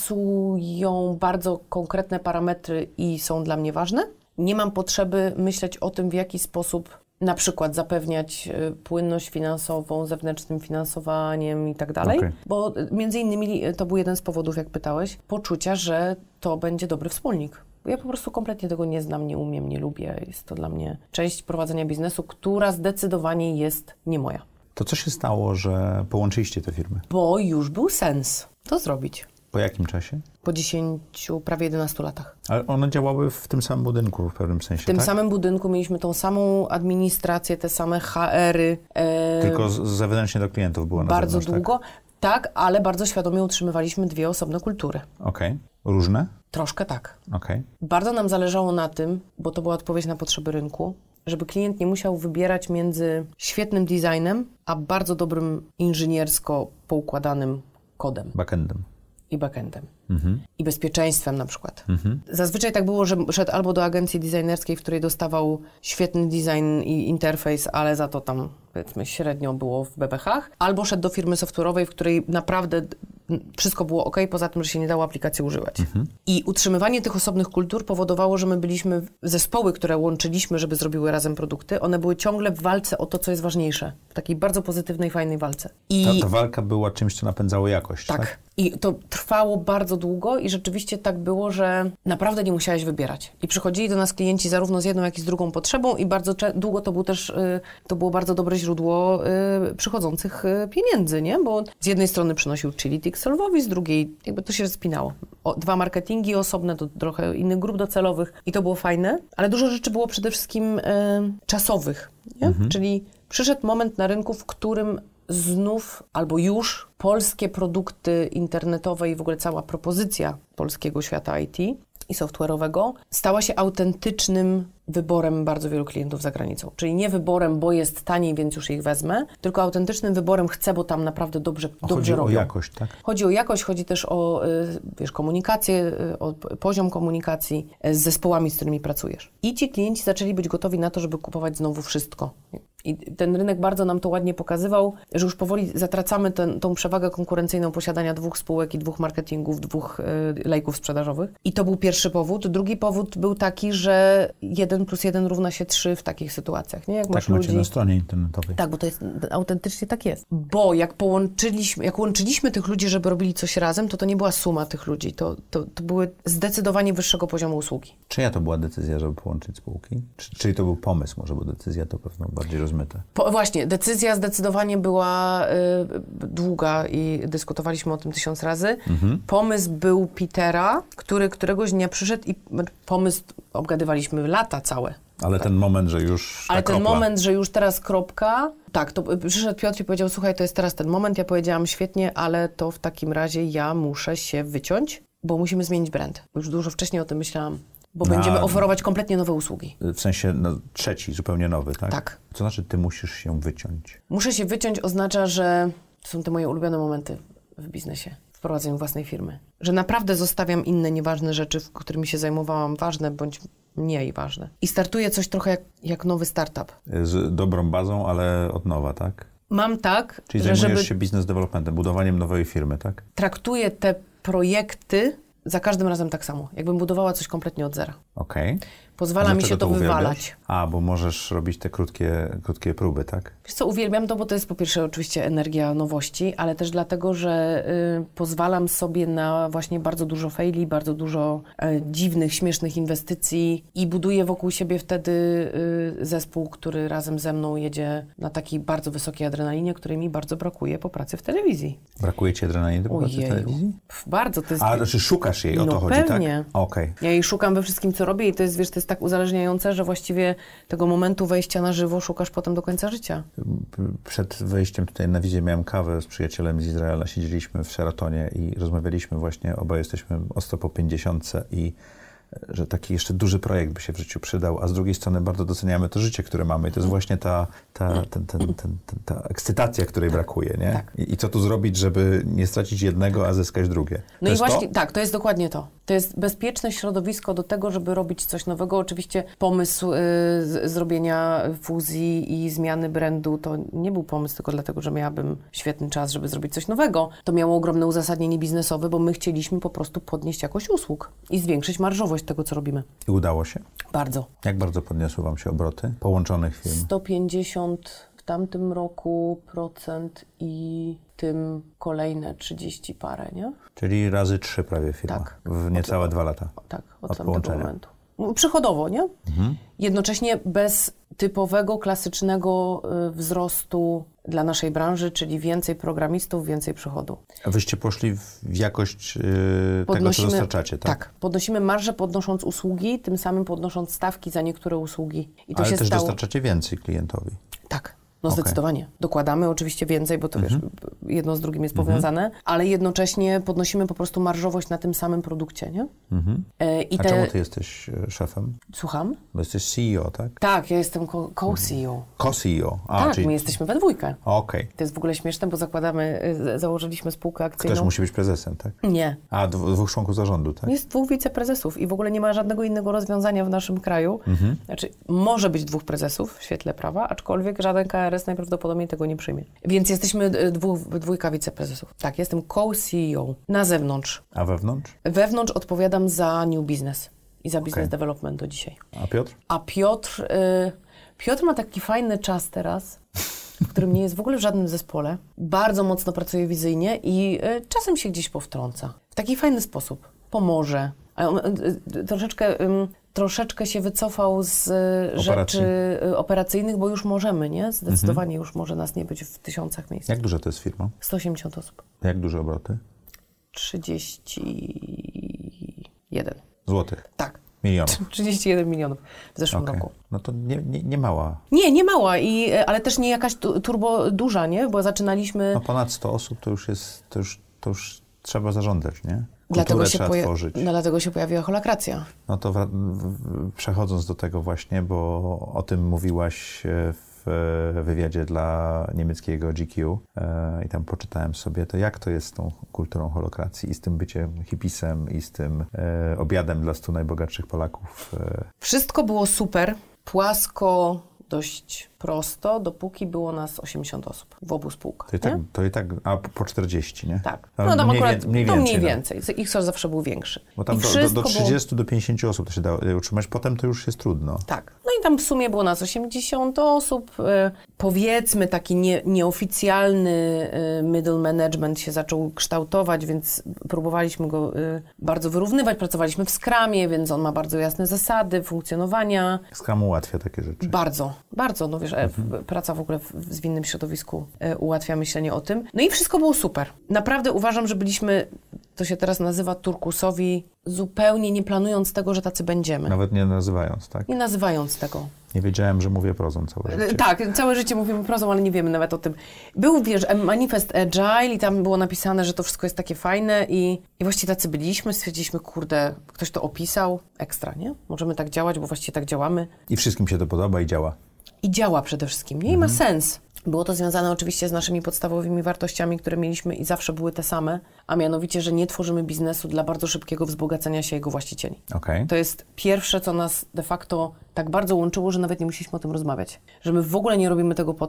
interesują bardzo konkretne parametry i są dla mnie ważne. Nie mam potrzeby myśleć o tym, w jaki sposób na przykład zapewniać y, płynność finansową, zewnętrznym finansowaniem i tak dalej, okay. bo y, między innymi to był jeden z powodów, jak pytałeś, poczucia, że to będzie dobry wspólnik. Ja po prostu kompletnie tego nie znam, nie umiem, nie lubię. Jest to dla mnie część prowadzenia biznesu, która zdecydowanie jest nie moja. To co się stało, że połączyliście te firmy? Bo już był sens to zrobić. Po jakim czasie? Po dziesięciu, prawie jedenastu latach. Ale one działały w tym samym budynku w pewnym sensie, W tym tak? samym budynku mieliśmy tą samą administrację, te same H R-y. E... Tylko z, zewnętrznie do klientów było na Bardzo zewnątrz, długo. Tak? tak, ale bardzo świadomie utrzymywaliśmy dwie osobne kultury. Okej. Okay. Różne? Troszkę tak. Okej. Okay. Bardzo nam zależało na tym, bo to była odpowiedź na potrzeby rynku, żeby klient nie musiał wybierać między świetnym designem, a bardzo dobrym inżyniersko poukładanym kodem. Backendem. I backendem. Mhm. I bezpieczeństwem na przykład. Mhm. Zazwyczaj tak było, że szedł albo do agencji designerskiej, w której dostawał świetny design i interfejs, ale za to tam, powiedzmy, średnio było w bebechach, albo szedł do firmy software'owej, w której naprawdę wszystko było ok, poza tym, że się nie dało aplikacji używać. Mhm. I utrzymywanie tych osobnych kultur powodowało, że my byliśmy, zespoły, które łączyliśmy, żeby zrobiły razem produkty, one były ciągle w walce o to, co jest ważniejsze. W takiej bardzo pozytywnej, fajnej walce. I ta, ta walka była czymś, co napędzało jakość, tak? Tak. I to trwało bardzo długo i rzeczywiście tak było, że naprawdę nie musiałeś wybierać. I przychodzili do nas klienci zarówno z jedną, jak i z drugą potrzebą i bardzo długo to był też, y, to było bardzo dobre źródło y, przychodzących y, pieniędzy, nie? Bo z jednej strony przynosił Chility Xolvowi, z drugiej jakby to się spinało. O, dwa marketingi osobne do trochę innych grup docelowych i to było fajne, ale dużo rzeczy było przede wszystkim y, czasowych, nie? Mhm. Czyli przyszedł moment na rynku, w którym znów albo już polskie produkty internetowe i w ogóle cała propozycja polskiego świata I T i software'owego stała się autentycznym wyborem bardzo wielu klientów za granicą. Czyli nie wyborem, bo jest taniej, więc już ich wezmę, tylko autentycznym wyborem chcę, bo tam naprawdę dobrze, dobrze chodzi robią. Chodzi o jakość, tak? Chodzi o jakość, chodzi też o wiesz, komunikację, o poziom komunikacji z zespołami, z którymi pracujesz. I ci klienci zaczęli być gotowi na to, żeby kupować znowu wszystko. I ten rynek bardzo nam to ładnie pokazywał, że już powoli zatracamy ten, tą przewagę konkurencyjną posiadania dwóch spółek i dwóch marketingów, dwóch y, lejków sprzedażowych. I to był pierwszy powód. Drugi powód był taki, że jeden plus jeden równa się trzy w takich sytuacjach. Nie? Jak tak masz macie ludzi... na stronie internetowej. Tak, bo to jest, autentycznie tak jest. Bo jak połączyliśmy, jak łączyliśmy tych ludzi, żeby robili coś razem, to to nie była suma tych ludzi. To, to, to były zdecydowanie wyższego poziomu usługi. Czyja to była decyzja, żeby połączyć spółki? Czy, czyli to był pomysł może, bo decyzja to pewno bardziej rozmyte. Po, właśnie, decyzja zdecydowanie była y, długa i dyskutowaliśmy o tym tysiąc razy. Mhm. Pomysł był Petera, który któregoś dnia przyszedł i pomysł obgadywaliśmy lata całe. Ale ten moment, że już Ale ten kropla. moment, że już teraz kropka, tak, to przyszedł Piotr i powiedział, słuchaj, to jest teraz ten moment. Ja powiedziałam, świetnie, ale to w takim razie ja muszę się wyciąć, bo musimy zmienić brand. Już dużo wcześniej o tym myślałam, bo Na, będziemy oferować kompletnie nowe usługi. W sensie no, trzeci, zupełnie nowy, tak? Tak. Co znaczy, ty musisz się wyciąć? Muszę się wyciąć oznacza, że to są te moje ulubione momenty w biznesie, w prowadzeniu własnej firmy. Że naprawdę zostawiam inne nieważne rzeczy, którymi się zajmowałam, ważne bądź mniej ważne. I startuję coś trochę jak, jak nowy startup. Z dobrą bazą, ale od nowa, tak? Mam tak, Czyli że zajmujesz żeby się business developmentem, budowaniem nowej firmy, tak? traktuję te projekty za każdym razem tak samo, jakbym budowała coś kompletnie od zera. Okej. Okay. Pozwala mi się to, to wywalać. A, bo możesz robić te krótkie, krótkie próby, tak? Wiesz co, uwielbiam to, bo to jest po pierwsze oczywiście energia nowości, ale też dlatego, że y, pozwalam sobie na właśnie bardzo dużo faili, bardzo dużo y, dziwnych, śmiesznych inwestycji i buduję wokół siebie wtedy y, zespół, który razem ze mną jedzie na takiej bardzo wysokiej adrenalinie, której mi bardzo brakuje po pracy w telewizji. Brakuje ci adrenaliny po pracy w telewizji? Pff, bardzo. To jest... A, znaczy szukasz jej, o to no, chodzi, pewnie. tak? Okej. Ja jej szukam we wszystkim, co robię i to jest, wiesz, to jest tak uzależniające, że właściwie tego momentu wejścia na żywo szukasz potem do końca życia. Przed wejściem tutaj na wizję miałem kawę z przyjacielem z Izraela, siedzieliśmy w Sheratonie i rozmawialiśmy właśnie, obaj jesteśmy ostro po pięćdziesiątce i że taki jeszcze duży projekt by się w życiu przydał, a z drugiej strony bardzo doceniamy to życie, które mamy i to jest właśnie ta, ta, ten, ten, ten, ten, ta ekscytacja, której brakuje, nie? Tak. I, I co tu zrobić, żeby nie stracić jednego, a zyskać drugie. To no i właśnie, to? tak, to jest dokładnie to. To jest bezpieczne środowisko do tego, żeby robić coś nowego. Oczywiście pomysł y, z, zrobienia fuzji i zmiany brandu to nie był pomysł tylko dlatego, że miałabym świetny czas, żeby zrobić coś nowego. To miało ogromne uzasadnienie biznesowe, bo my chcieliśmy po prostu podnieść jakość usług i zwiększyć marżowość tego, co robimy. I udało się? Bardzo. Jak bardzo podniosły wam się obroty połączonych firm? sto pięćdziesiąt w tamtym roku procent i tym kolejne trzydzieści parę, nie? Czyli razy trzy prawie firma. Tak. W niecałe od, dwa lata. Tak, od, od tamtego połączenia. momentu. Przychodowo, nie? Mhm. Jednocześnie bez typowego, klasycznego y, wzrostu dla naszej branży, czyli więcej programistów, więcej przychodu. A wyście poszli w jakość yy, tego, co dostarczacie, tak? Tak. Podnosimy marżę, podnosząc usługi, tym samym podnosząc stawki za niektóre usługi. I to Ale się też stało... dostarczacie więcej klientowi. Tak. No Okay. zdecydowanie. Dokładamy oczywiście więcej, bo to Mhm. wiesz, jedno z drugim jest Mhm. powiązane, ale jednocześnie podnosimy po prostu marżowość na tym samym produkcie, nie? Mhm. E, i A te... czemu ty jesteś e, szefem? Słucham? Bo jesteś C E O, tak? Tak, ja jestem co- co-C E O. Co-C E O. A, Tak, czyli... my jesteśmy we dwójkę. Okej. Okay. To jest w ogóle śmieszne, bo zakładamy, y, założyliśmy spółkę akcyjną. Ktoś musi być prezesem, tak? Nie. A, dw- dwóch członków zarządu, tak? Jest dwóch wiceprezesów i w ogóle nie ma żadnego innego rozwiązania w naszym kraju. Mhm. Znaczy, może być dwóch prezesów w świetle prawa, aczkolwiek żaden K R S najprawdopodobniej tego nie przyjmie. Więc jesteśmy y, dwóch, dwójka wiceprezesów. Tak, jestem co-C E O na zewnątrz. A wewnątrz? Wewnątrz odpowiadam za new business i za business Okay. development do dzisiaj. A Piotr? A Piotr, y, Piotr ma taki fajny czas teraz, w którym nie jest w ogóle w żadnym zespole. Bardzo mocno pracuje wizyjnie i y, czasem się gdzieś powtrąca. W taki fajny sposób. Pomoże. A on y, y, troszeczkę, y, troszeczkę się wycofał z y, rzeczy y, operacyjnych, bo już możemy, nie? Zdecydowanie mhm. już może nas nie być w tysiącach miejsc. Jak duża to jest firma? sto osiemdziesiąt osób. Jak duże obroty? trzydzieści jeden. Złotych? Tak. Milionów? trzydzieści jeden milionów w zeszłym okay. roku. No to nie, nie, nie mała. Nie, nie mała, i, ale też nie jakaś tu, turbo duża, nie? Bo zaczynaliśmy... No ponad sto osób to już jest, to już, to już trzeba zarządzać, nie? Dlatego się, trzeba poja- tworzyć. no, dlatego się pojawiła holakracja. No to w, w, przechodząc do tego właśnie, bo o tym mówiłaś w wywiadzie dla niemieckiego G Q e, i tam poczytałem sobie, to jak to jest z tą kulturą holokracji i z tym byciem hipisem i z tym e, obiadem dla stu najbogatszych Polaków? E. Wszystko było super, płasko, dość prosto, dopóki było nas osiemdziesiąt osób w obu spółkach. To i tak, to i tak a po czterdzieści, nie? Tak. No, No tam mniej, akurat, mniej to więcej, mniej no. więcej. Ich zawsze był większy. Bo tam I do, do, do było- trzydziestu do pięćdziesięciu osób to się dało utrzymać, potem to już jest trudno. Tak. No i tam w sumie było nas osiemdziesiąt osób. E, powiedzmy taki nie, nieoficjalny e, middle management się zaczął kształtować, więc próbowaliśmy go e, bardzo wyrównywać. Pracowaliśmy w Scrumie, więc on ma bardzo jasne zasady funkcjonowania. Scrum ułatwia takie rzeczy. Bardzo, bardzo. No wiesz, e, w- praca w ogóle w, w zwinnym środowisku e, ułatwia myślenie o tym. No i wszystko było super. Naprawdę uważam, że byliśmy, to się teraz nazywa turkusowi, zupełnie nie planując tego, że tacy będziemy. Nawet nie nazywając, tak? Nie nazywając tego. Nie wiedziałem, że mówię prozą całe życie. Tak, całe życie mówimy prozą, ale nie wiemy nawet o tym. Był, wiesz, manifest Agile i tam było napisane, że to wszystko jest takie fajne i, i właściwie tacy byliśmy, stwierdziliśmy, kurde, ktoś to opisał, ekstra, nie? Możemy tak działać, bo właściwie tak działamy. I wszystkim się to podoba i działa. I działa przede wszystkim, nie? I ma sens. Było to związane oczywiście z naszymi podstawowymi wartościami, które mieliśmy i zawsze były te same, a mianowicie, że nie tworzymy biznesu dla bardzo szybkiego wzbogacenia się jego właścicieli. Okay. To jest pierwsze, co nas de facto tak bardzo łączyło, że nawet nie musieliśmy o tym rozmawiać. Że my w ogóle nie robimy tego po to,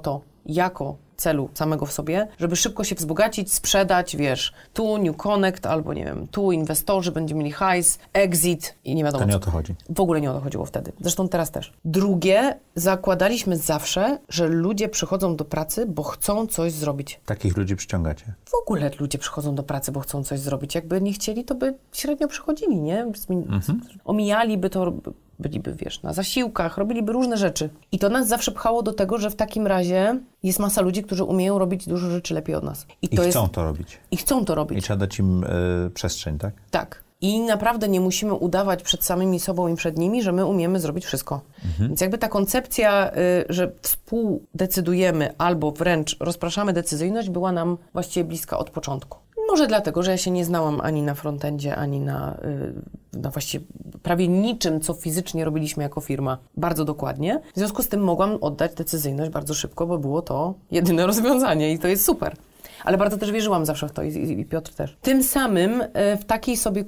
jako celu samego w sobie, żeby szybko się wzbogacić, sprzedać, wiesz, tu New Connect, albo nie wiem, tu inwestorzy będziemy mieli hajs, exit i nie wiadomo To nie co. o to chodzi. W ogóle nie o to chodziło wtedy. Zresztą teraz też. Drugie, zakładaliśmy zawsze, że ludzie przychodzą do pracy, bo chcą coś zrobić. Takich ludzi przyciągacie. W ogóle ludzie przychodzą do pracy, bo chcą coś zrobić. Jakby nie chcieli, to by średnio przychodzili, nie? Mhm. Omijaliby to, byliby, wiesz, na zasiłkach, robiliby różne rzeczy. I to nas zawsze pchało do tego, że w takim razie jest masa ludzi, którzy umieją robić dużo rzeczy lepiej od nas. I, to I chcą jest... to robić. I chcą to robić. I trzeba dać im y, przestrzeń, tak? Tak. I naprawdę nie musimy udawać przed samymi sobą i przed nimi, że my umiemy zrobić wszystko. Mhm. Więc jakby ta koncepcja, y, że współdecydujemy albo wręcz rozpraszamy decyzyjność, była nam właściwie bliska od początku. Może dlatego, że ja się nie znałam ani na frontendzie, ani na, y, na właściwie prawie niczym, co fizycznie robiliśmy jako firma, bardzo dokładnie. W związku z tym mogłam oddać decyzyjność bardzo szybko, bo było to jedyne rozwiązanie i to jest super. Ale bardzo też wierzyłam zawsze w to i, i, i Piotr też. Tym samym y, w takiej sobie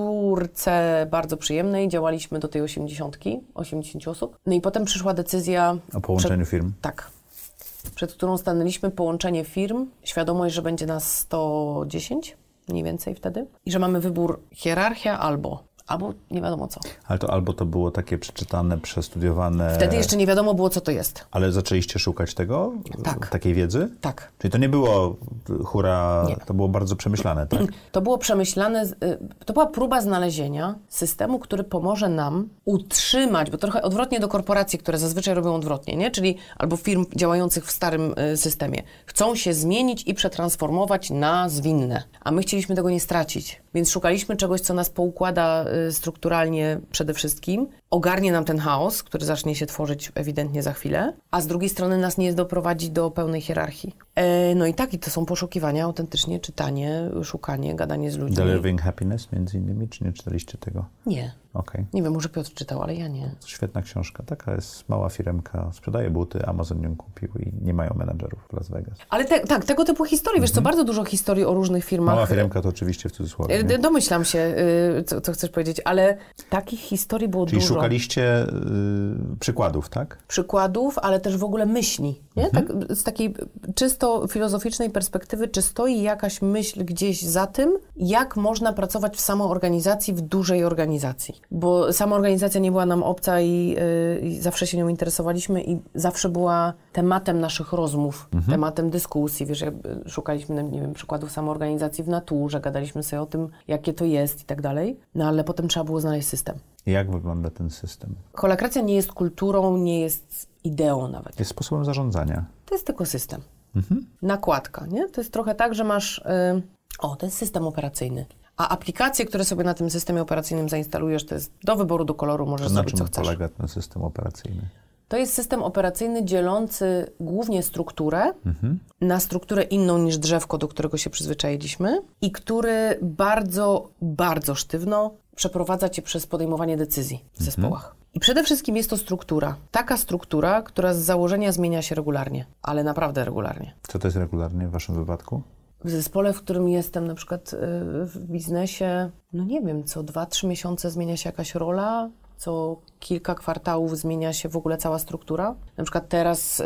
kulturce bardzo przyjemnej działaliśmy do tej osiemdziesiątki, osiemdziesiąt osób. No i potem przyszła decyzja... O połączeniu przed, firm. Tak. Przed którą stanęliśmy, połączenie firm, świadomość, że będzie nas sto dziesięć, mniej więcej wtedy, i że mamy wybór hierarchia albo, albo nie wiadomo co. Ale to albo to było takie przeczytane, przestudiowane... Wtedy jeszcze nie wiadomo było, co to jest. Ale zaczęliście szukać tego? Tak. Takiej wiedzy? Tak. Czyli to nie było hura, Nie. to było bardzo przemyślane, tak? To było przemyślane, to była próba znalezienia systemu, który pomoże nam utrzymać, bo trochę odwrotnie do korporacji, które zazwyczaj robią odwrotnie, nie? Czyli albo firm działających w starym systemie. Chcą się zmienić i przetransformować na zwinne, a my chcieliśmy tego nie stracić. Więc szukaliśmy czegoś, co nas poukłada strukturalnie przede wszystkim, ogarnie nam ten chaos, który zacznie się tworzyć ewidentnie za chwilę, a z drugiej strony nas nie doprowadzi do pełnej hierarchii. E, no i tak, i to są poszukiwania autentycznie, czytanie, szukanie, gadanie z ludźmi. Delivering Happiness między innymi, czy nie czytaliście tego? Nie. Okay. Nie wiem, może Piotr czytał, ale ja nie. To świetna książka. Taka jest mała firemka, sprzedaje buty, Amazon ją kupił i nie mają menadżerów w Las Vegas. Ale te, tak, tego typu historii, wiesz co, bardzo dużo historii o różnych firmach. Mała firemka to oczywiście w cudzysłowie. Nie? Domyślam się, co, co chcesz powiedzieć, ale takich historii było Czyli dużo. Czyli szukaliście y, przykładów, tak? Przykładów, ale też w ogóle myśli. Nie? Mhm. Tak, z takiej czysto filozoficznej perspektywy, czy stoi jakaś myśl gdzieś za tym, jak można pracować w samoorganizacji, w dużej organizacji. Bo sama organizacja nie była nam obca i, yy, i zawsze się nią interesowaliśmy i zawsze była tematem naszych rozmów, mhm. tematem dyskusji. Wiesz, szukaliśmy, nie wiem, przykładów samoorganizacji w naturze, gadaliśmy sobie o tym, jakie to jest i tak dalej. No ale potem trzeba było znaleźć system. Jak wygląda ten system? Holakracja nie jest kulturą, nie jest ideą nawet. Jest sposobem zarządzania. To jest tylko system. Mhm. Nakładka, nie? To jest trochę tak, że masz... Yy, o, to jest system operacyjny. A aplikacje, które sobie na tym systemie operacyjnym zainstalujesz, to jest do wyboru, do koloru, możesz to na zrobić, czym co chcesz. polega ten system operacyjny? To jest system operacyjny dzielący głównie strukturę mhm. na strukturę inną niż drzewko, do którego się przyzwyczailiśmy i który bardzo, bardzo sztywno przeprowadza cię przez podejmowanie decyzji w zespołach. Mhm. I przede wszystkim jest to struktura. Taka struktura, która z założenia zmienia się regularnie, ale naprawdę regularnie. Co to jest regularnie w waszym wypadku? W zespole, w którym jestem, na przykład w biznesie, no nie wiem, co dwa, trzy miesiące zmienia się jakaś rola, co kilka kwartałów zmienia się w ogóle cała struktura. Na przykład teraz y,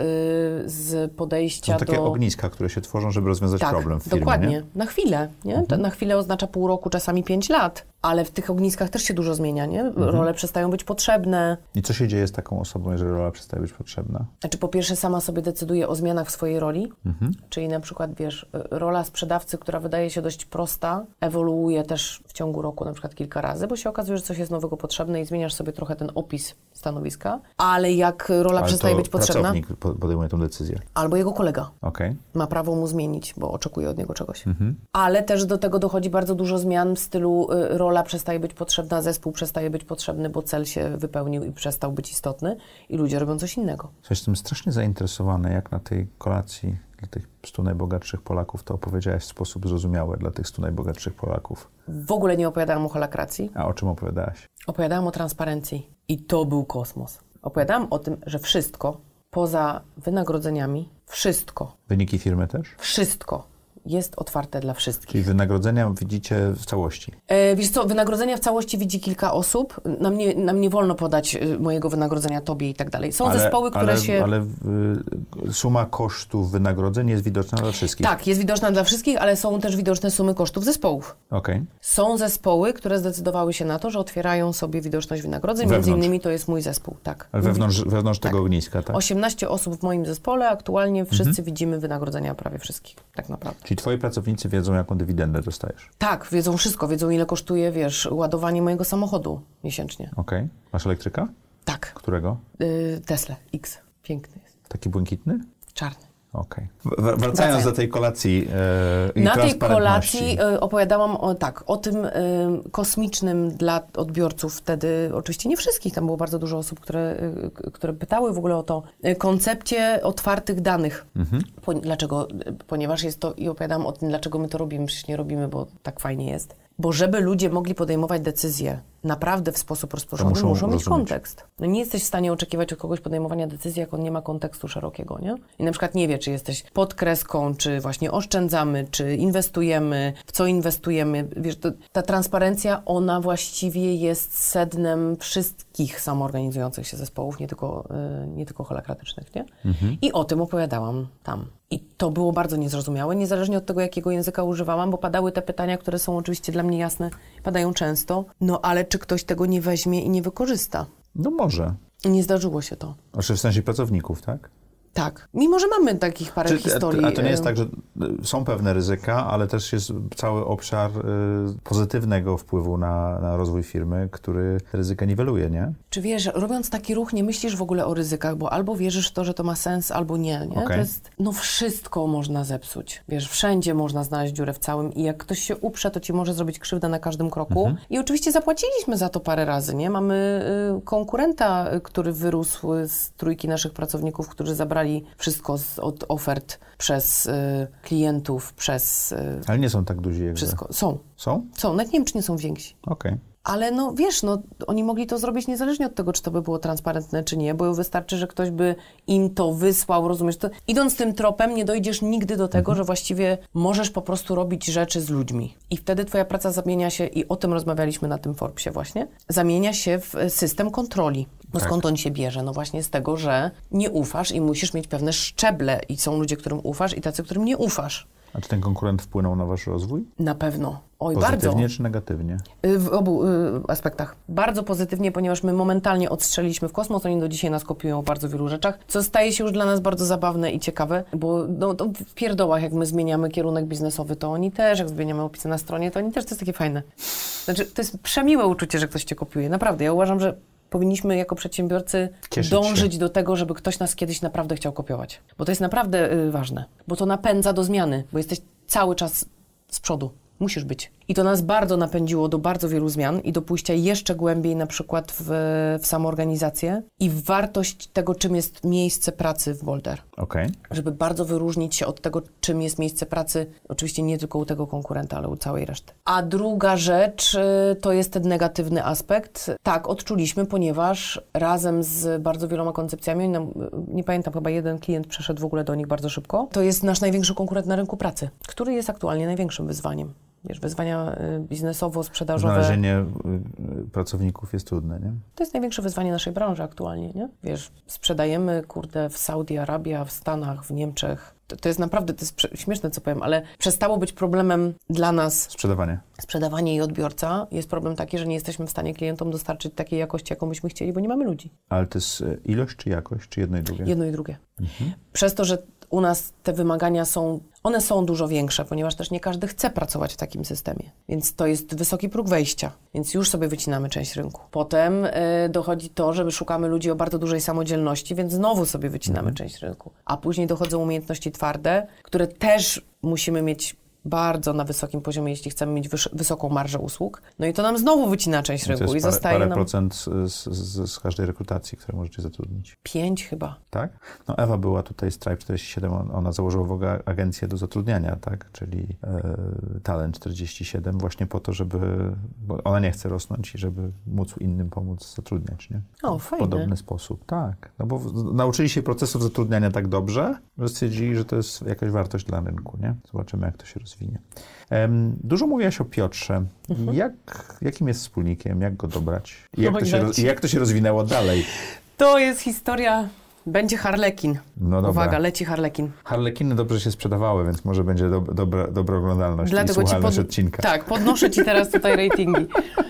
z podejścia do... To są takie do... ogniska, które się tworzą, żeby rozwiązać tak, problem w firmie, dokładnie. Nie? Na chwilę, nie? Mhm. To na chwilę oznacza pół roku, czasami pięć lat, ale w tych ogniskach też się dużo zmienia, nie? Mhm. Role przestają być potrzebne. I co się dzieje z taką osobą, jeżeli rola przestaje być potrzebna? Znaczy, po pierwsze, sama sobie decyduje o zmianach w swojej roli, mhm. czyli na przykład, wiesz, rola sprzedawcy, która wydaje się dość prosta, ewoluuje też w ciągu roku na przykład kilka razy, bo się okazuje, że coś jest nowego potrzebne i zmieniasz sobie trochę ten opis stanowiska, ale jak rola ale przestaje to być potrzebna... pracownik podejmuje tę decyzję. Albo jego kolega. Okay. Ma prawo mu zmienić, bo oczekuje od niego czegoś. Mhm. Ale też do tego dochodzi bardzo dużo zmian w stylu y, rola przestaje być potrzebna, zespół przestaje być potrzebny, bo cel się wypełnił i przestał być istotny i ludzie robią coś innego. Jestem strasznie zainteresowany, jak na tej kolacji dla tych stu najbogatszych Polaków to opowiedziałaś w sposób zrozumiały dla tych stu najbogatszych Polaków. W ogóle nie opowiadałam o holakracji. A o czym opowiadałaś? Opowiadałam o transparencji i to był kosmos. Opowiadałam o tym, że wszystko poza wynagrodzeniami, wszystko. Wyniki firmy też? Wszystko. jest otwarte dla wszystkich. Czyli wynagrodzenia widzicie w całości? E, wiesz co, wynagrodzenia w całości widzi kilka osób. Nam nie, nam nie wolno podać mojego wynagrodzenia tobie i tak dalej. Są ale, zespoły, które ale, się... Ale y, suma kosztów wynagrodzeń jest widoczna dla wszystkich? Tak, jest widoczna dla wszystkich, ale są też widoczne sumy kosztów zespołów. Okay. Są zespoły, które zdecydowały się na to, że otwierają sobie widoczność wynagrodzeń. Wewnątrz. Między innymi to jest mój zespół, tak. Ale wewnątrz, wewnątrz tego tak. ogniska, tak? osiemnaście osób w moim zespole, aktualnie wszyscy mhm. widzimy wynagrodzenia prawie wszystkich, tak naprawdę. Czyli twoi pracownicy wiedzą, jaką dywidendę dostajesz? Tak, wiedzą wszystko, wiedzą ile kosztuje, wiesz, ładowanie mojego samochodu miesięcznie. Okej. Okay. Masz elektryka? Tak. Którego? Y, Tesla X, piękny jest. Taki błękitny? Czarny. Okej. Okay. Wracając Wracając do tej kolacji yy, i Na tej kolacji yy, opowiadałam o, tak, o tym yy, kosmicznym dla odbiorców wtedy, oczywiście nie wszystkich, tam było bardzo dużo osób, które, yy, które pytały w ogóle o to, yy, koncepcie otwartych danych. Mhm. Po, dlaczego? Ponieważ jest to, i opowiadałam o tym, dlaczego my to robimy, przecież nie robimy, bo tak fajnie jest. Bo żeby ludzie mogli podejmować decyzje naprawdę w sposób rozproszony, muszą, muszą mieć kontekst. No nie jesteś w stanie oczekiwać od kogoś podejmowania decyzji, jak on nie ma kontekstu szerokiego, nie? I na przykład nie wie, czy jesteś pod kreską, czy właśnie oszczędzamy, czy inwestujemy, w co inwestujemy. Wiesz, to, ta transparencja, ona właściwie jest sednem wszystkich samoorganizujących się zespołów, nie tylko, yy, nie tylko holakratycznych, nie? Mhm. I o tym opowiadałam tam. I to było bardzo niezrozumiałe, niezależnie od tego, jakiego języka używałam, bo padały te pytania, które są oczywiście dla mnie jasne, padają często, no ale czy ktoś tego nie weźmie i nie wykorzysta? No może. Nie zdarzyło się to. Znaczy w sensie pracowników, tak? Tak. Mimo, że mamy takich parę Czy, historii. A to nie jest tak, że są pewne ryzyka, ale też jest cały obszar y, pozytywnego wpływu na, na rozwój firmy, który ryzyka niweluje, nie? Czy wiesz, robiąc taki ruch, nie myślisz w ogóle o ryzykach, bo albo wierzysz w to, że to ma sens, albo nie, nie? Okay. To jest, no wszystko można zepsuć. Wiesz, wszędzie można znaleźć dziurę w całym i jak ktoś się uprze, to ci może zrobić krzywdę na każdym kroku. Mhm. I oczywiście zapłaciliśmy za to parę razy, nie? Mamy y, konkurenta, y, który wyrósł z trójki naszych pracowników, którzy zabrali wszystko z, od ofert przez y, klientów, przez... Y, Ale nie są tak duzi jak wszystko. Wy. Są. Są? Są. Nawet nie wiem, czy nie są więksi. Okej. Okay. Ale no wiesz, no oni mogli to zrobić niezależnie od tego, czy to by było transparentne, czy nie, bo wystarczy, że ktoś by im to wysłał, rozumiesz? To, idąc tym tropem, nie dojdziesz nigdy do tego, mhm. że właściwie możesz po prostu robić rzeczy z ludźmi. I wtedy twoja praca zamienia się, i o tym rozmawialiśmy na tym Forbesie właśnie, zamienia się w system kontroli. No tak. Skąd on się bierze? No właśnie z tego, że nie ufasz i musisz mieć pewne szczeble i są ludzie, którym ufasz i tacy, którym nie ufasz. A czy ten konkurent wpłynął na wasz rozwój? Na pewno. Oj, pozytywnie bardzo. czy negatywnie? W obu y, aspektach. Bardzo pozytywnie, ponieważ my momentalnie odstrzeliliśmy w kosmos, oni do dzisiaj nas kopiują w bardzo wielu rzeczach, co staje się już dla nas bardzo zabawne i ciekawe, bo no, to w pierdołach, jak my zmieniamy kierunek biznesowy, to oni też, jak zmieniamy opisy na stronie, to oni też, to jest takie fajne. Znaczy, to jest przemiłe uczucie, że ktoś cię kopiuje. Naprawdę, ja uważam, że powinniśmy jako przedsiębiorcy Cieszyć dążyć się. do tego, żeby ktoś nas kiedyś naprawdę chciał kopiować. Bo to jest naprawdę y, ważne. Bo to napędza do zmiany, bo jesteś cały czas z przodu. Musisz być. I to nas bardzo napędziło do bardzo wielu zmian i do pójścia jeszcze głębiej na przykład w, w samoorganizację i w wartość tego, czym jest miejsce pracy w Bolder. Okay. Żeby bardzo wyróżnić się od tego, czym jest miejsce pracy, oczywiście nie tylko u tego konkurenta, ale u całej reszty. A druga rzecz to jest ten negatywny aspekt. Tak, odczuliśmy, ponieważ razem z bardzo wieloma koncepcjami, no, nie pamiętam, chyba jeden klient przeszedł w ogóle do nich bardzo szybko, to jest nasz największy konkurent na rynku pracy, który jest aktualnie największym wyzwaniem. Wiesz, wyzwania biznesowo-sprzedażowe. Znalezienie pracowników jest trudne, nie? To jest największe wyzwanie naszej branży aktualnie, nie? Wiesz, sprzedajemy, kurde, w Saudi Arabii, w Stanach, w Niemczech. To, to jest naprawdę, to jest śmieszne, co powiem, ale przestało być problemem dla nas... Sprzedawanie. Sprzedawanie i odbiorca. Jest problem taki, że nie jesteśmy w stanie klientom dostarczyć takiej jakości, jaką byśmy chcieli, bo nie mamy ludzi. Ale to jest ilość czy jakość, czy jedno i drugie? Jedno i drugie. Mhm. Przez to, że u nas te wymagania są, one są dużo większe, ponieważ też nie każdy chce pracować w takim systemie. Więc to jest wysoki próg wejścia, więc już sobie wycinamy część rynku. Potem y, dochodzi to, że szukamy ludzi o bardzo dużej samodzielności, więc znowu sobie wycinamy mhm. część rynku. A później dochodzą umiejętności twarde, które też musimy mieć bardzo na wysokim poziomie, jeśli chcemy mieć wys- wysoką marżę usług. No i to nam znowu wycina część rynku to i jest parę, zostaje parę nam... procent z, z, z każdej rekrutacji, które możecie zatrudnić. Pięć chyba. Tak? No Ewa była tutaj z Tribe czterdzieści siedem, ona założyła w ogóle agencję do zatrudniania, tak? Czyli e, Talent czterdzieści siedem właśnie po to, żeby, bo ona nie chce rosnąć i żeby móc innym pomóc zatrudniać, nie? O, w fajne. podobny sposób, tak. No bo w, nauczyli się procesów zatrudniania tak dobrze, że stwierdzili, że to jest jakaś wartość dla rynku, nie? Zobaczymy, jak to się rozwinie. Um, dużo mówiłaś o Piotrze. Mhm. Jak, jakim jest wspólnikiem? Jak go dobrać? I jak, to się, roz, jak to się rozwinęło dalej? To jest historia... Będzie Harlekin. No dobra. Uwaga, leci Harlekin. Harlekiny dobrze się sprzedawały, więc może będzie do, dobra, dobra oglądalność Dlatego i słuchalność pod... odcinka. Tak, podnoszę ci teraz tutaj ratingi.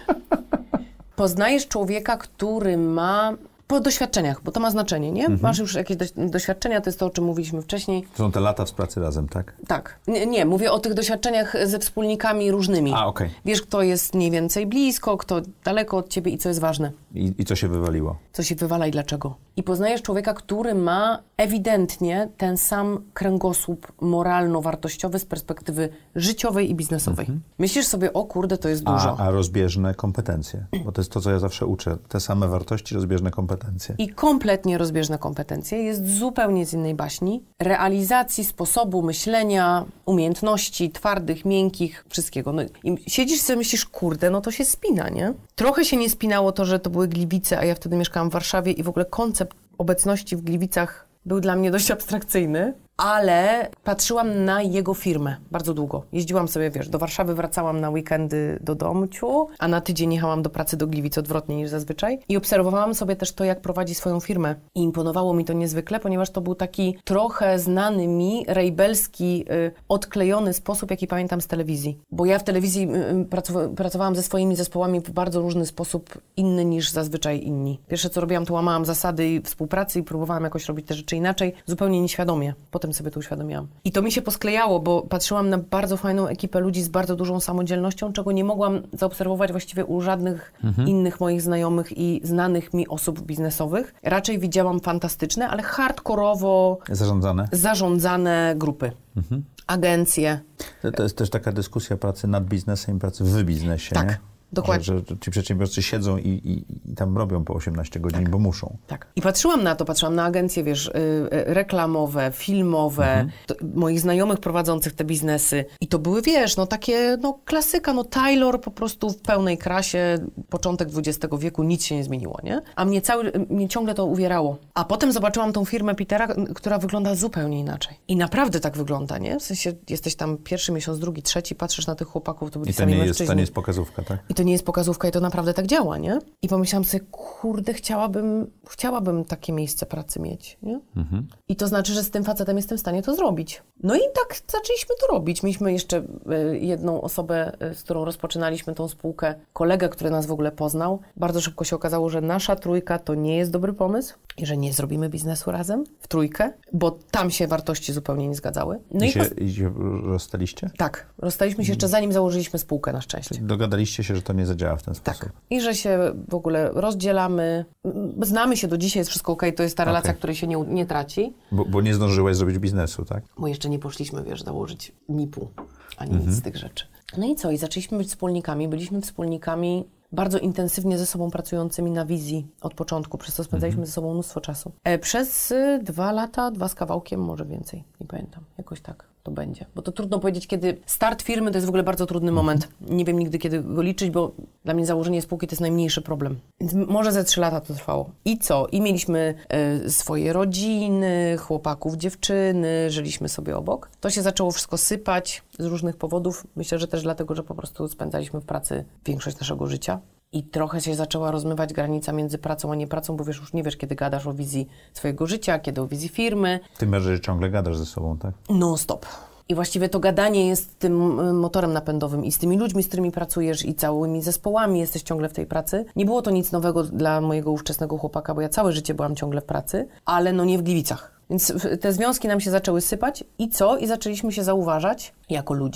Poznajesz człowieka, który ma... Po doświadczeniach, bo to ma znaczenie, nie? Mhm. Masz już jakieś doświadczenia, to jest to, o czym mówiliśmy wcześniej. To są te lata z pracy razem, tak? Tak. Nie, nie mówię o tych doświadczeniach ze wspólnikami różnymi. A, okej. Okay. Wiesz, kto jest mniej więcej blisko, kto daleko od ciebie i co jest ważne. I, i co się wywaliło? Co się wywala i dlaczego. I poznajesz człowieka, który ma ewidentnie ten sam kręgosłup moralno-wartościowy z perspektywy życiowej i biznesowej. Mhm. Myślisz sobie, o kurde, to jest dużo. A, a rozbieżne kompetencje, bo to jest to, co ja zawsze uczę. Te same wartości, rozbieżne kompetencje. I kompletnie rozbieżne kompetencje. Jest zupełnie z innej baśni. Realizacji, sposobu myślenia, umiejętności twardych, miękkich, wszystkiego. No, i siedzisz sobie myślisz, kurde, no to się spina, nie? Trochę się nie spinało to, że to były Gliwice, a ja wtedy mieszkałam w Warszawie i w ogóle koncept obecności w Gliwicach był dla mnie dość abstrakcyjny. Ale patrzyłam na jego firmę bardzo długo. Jeździłam sobie, wiesz, do Warszawy, wracałam na weekendy do domciu, a na tydzień jechałam do pracy do Gliwic odwrotnie niż zazwyczaj. I obserwowałam sobie też to, jak prowadzi swoją firmę. I imponowało mi to niezwykle, ponieważ to był taki trochę znany mi, rejbelski, y, odklejony sposób, jaki pamiętam z telewizji. Bo ja w telewizji y, pracow- pracowałam ze swoimi zespołami w bardzo różny sposób, inny niż zazwyczaj inni. Pierwsze, co robiłam, to łamałam zasady współpracy i próbowałam jakoś robić te rzeczy inaczej, zupełnie nieświadomie. Potem sobie to uświadomiłam. I to mi się posklejało, bo patrzyłam na bardzo fajną ekipę ludzi z bardzo dużą samodzielnością, czego nie mogłam zaobserwować właściwie u żadnych mhm. innych moich znajomych i znanych mi osób biznesowych. Raczej widziałam fantastyczne, ale hardkorowo zarządzane, zarządzane grupy. Mhm. Agencje. To, to jest też taka dyskusja pracy nad biznesem i pracy w biznesie, tak. nie? Dokładnie. Że, że ci przedsiębiorcy siedzą i, i, i tam robią po osiemnaście godzin, tak. bo muszą. Tak. I patrzyłam na to, patrzyłam na agencje, wiesz, y, y, reklamowe, filmowe, mhm. to, moich znajomych prowadzących te biznesy. I to były, wiesz, no takie, no klasyka, no Taylor po prostu w pełnej krasie, początek dwudziestego wieku, nic się nie zmieniło, nie? A mnie cały, mnie ciągle to uwierało. A potem zobaczyłam tą firmę Petera, która wygląda zupełnie inaczej. I naprawdę tak wygląda, nie? W sensie jesteś tam pierwszy miesiąc, drugi, trzeci, patrzysz na tych chłopaków, to byli I to sami nie mężczyźni. jest, to nie jest pokazówka, tak? I to nie jest pokazówka i to naprawdę tak działa, nie? I pomyślałam sobie, kurde, chciałabym, chciałabym takie miejsce pracy mieć, nie? Mhm. I to znaczy, że z tym facetem jestem w stanie to zrobić. No i tak zaczęliśmy to robić. Mieliśmy jeszcze y, jedną osobę, y, z którą rozpoczynaliśmy tą spółkę, kolegę, który nas w ogóle poznał. Bardzo szybko się okazało, że nasza trójka to nie jest dobry pomysł i że nie zrobimy biznesu razem w trójkę, bo tam się wartości zupełnie nie zgadzały. No I, i się, pos- i się rozstaliście? Tak, rozstaliśmy się jeszcze zanim założyliśmy spółkę na szczęście. Czyli dogadaliście się, że to nie zadziała w ten sposób. Tak. I że się w ogóle rozdzielamy. Znamy się do dzisiaj, jest wszystko okej, okay, to jest ta relacja, okay. której się nie, nie traci. Bo, bo nie zdążyłeś zrobić biznesu, tak? Bo jeszcze nie poszliśmy, wiesz, założyć M I P-u, ani mhm. nic z tych rzeczy. No i co? I zaczęliśmy być wspólnikami. Byliśmy wspólnikami bardzo intensywnie ze sobą pracującymi na wizji od początku, przez co spędzaliśmy mhm. ze sobą mnóstwo czasu. E, przez y, dwa lata, dwa z kawałkiem, może więcej, nie pamiętam, jakoś tak to będzie. Bo to trudno powiedzieć, kiedy start firmy to jest w ogóle bardzo trudny mhm. moment. Nie wiem nigdy, kiedy go liczyć, bo dla mnie założenie spółki to jest najmniejszy problem. Więc może ze trzy lata to trwało. I co? I mieliśmy e, swoje rodziny, chłopaków, dziewczyny, żyliśmy sobie obok. To się zaczęło wszystko sypać z różnych powodów. Myślę, że też dlatego, że po prostu spędzaliśmy w pracy większość naszego życia. I trochę się zaczęła rozmywać granica między pracą a niepracą, bo wiesz, już nie wiesz, kiedy gadasz o wizji swojego życia, kiedy o wizji firmy. Tym bardziej, że ciągle gadasz ze sobą, tak? Non stop. I właściwie to gadanie jest tym motorem napędowym i z tymi ludźmi, z którymi pracujesz i całymi zespołami jesteś ciągle w tej pracy. Nie było to nic nowego dla mojego ówczesnego chłopaka, bo ja całe życie byłam ciągle w pracy, ale no nie w Gliwicach. Więc te związki nam się zaczęły sypać i co? I zaczęliśmy się zauważać jako ludzie,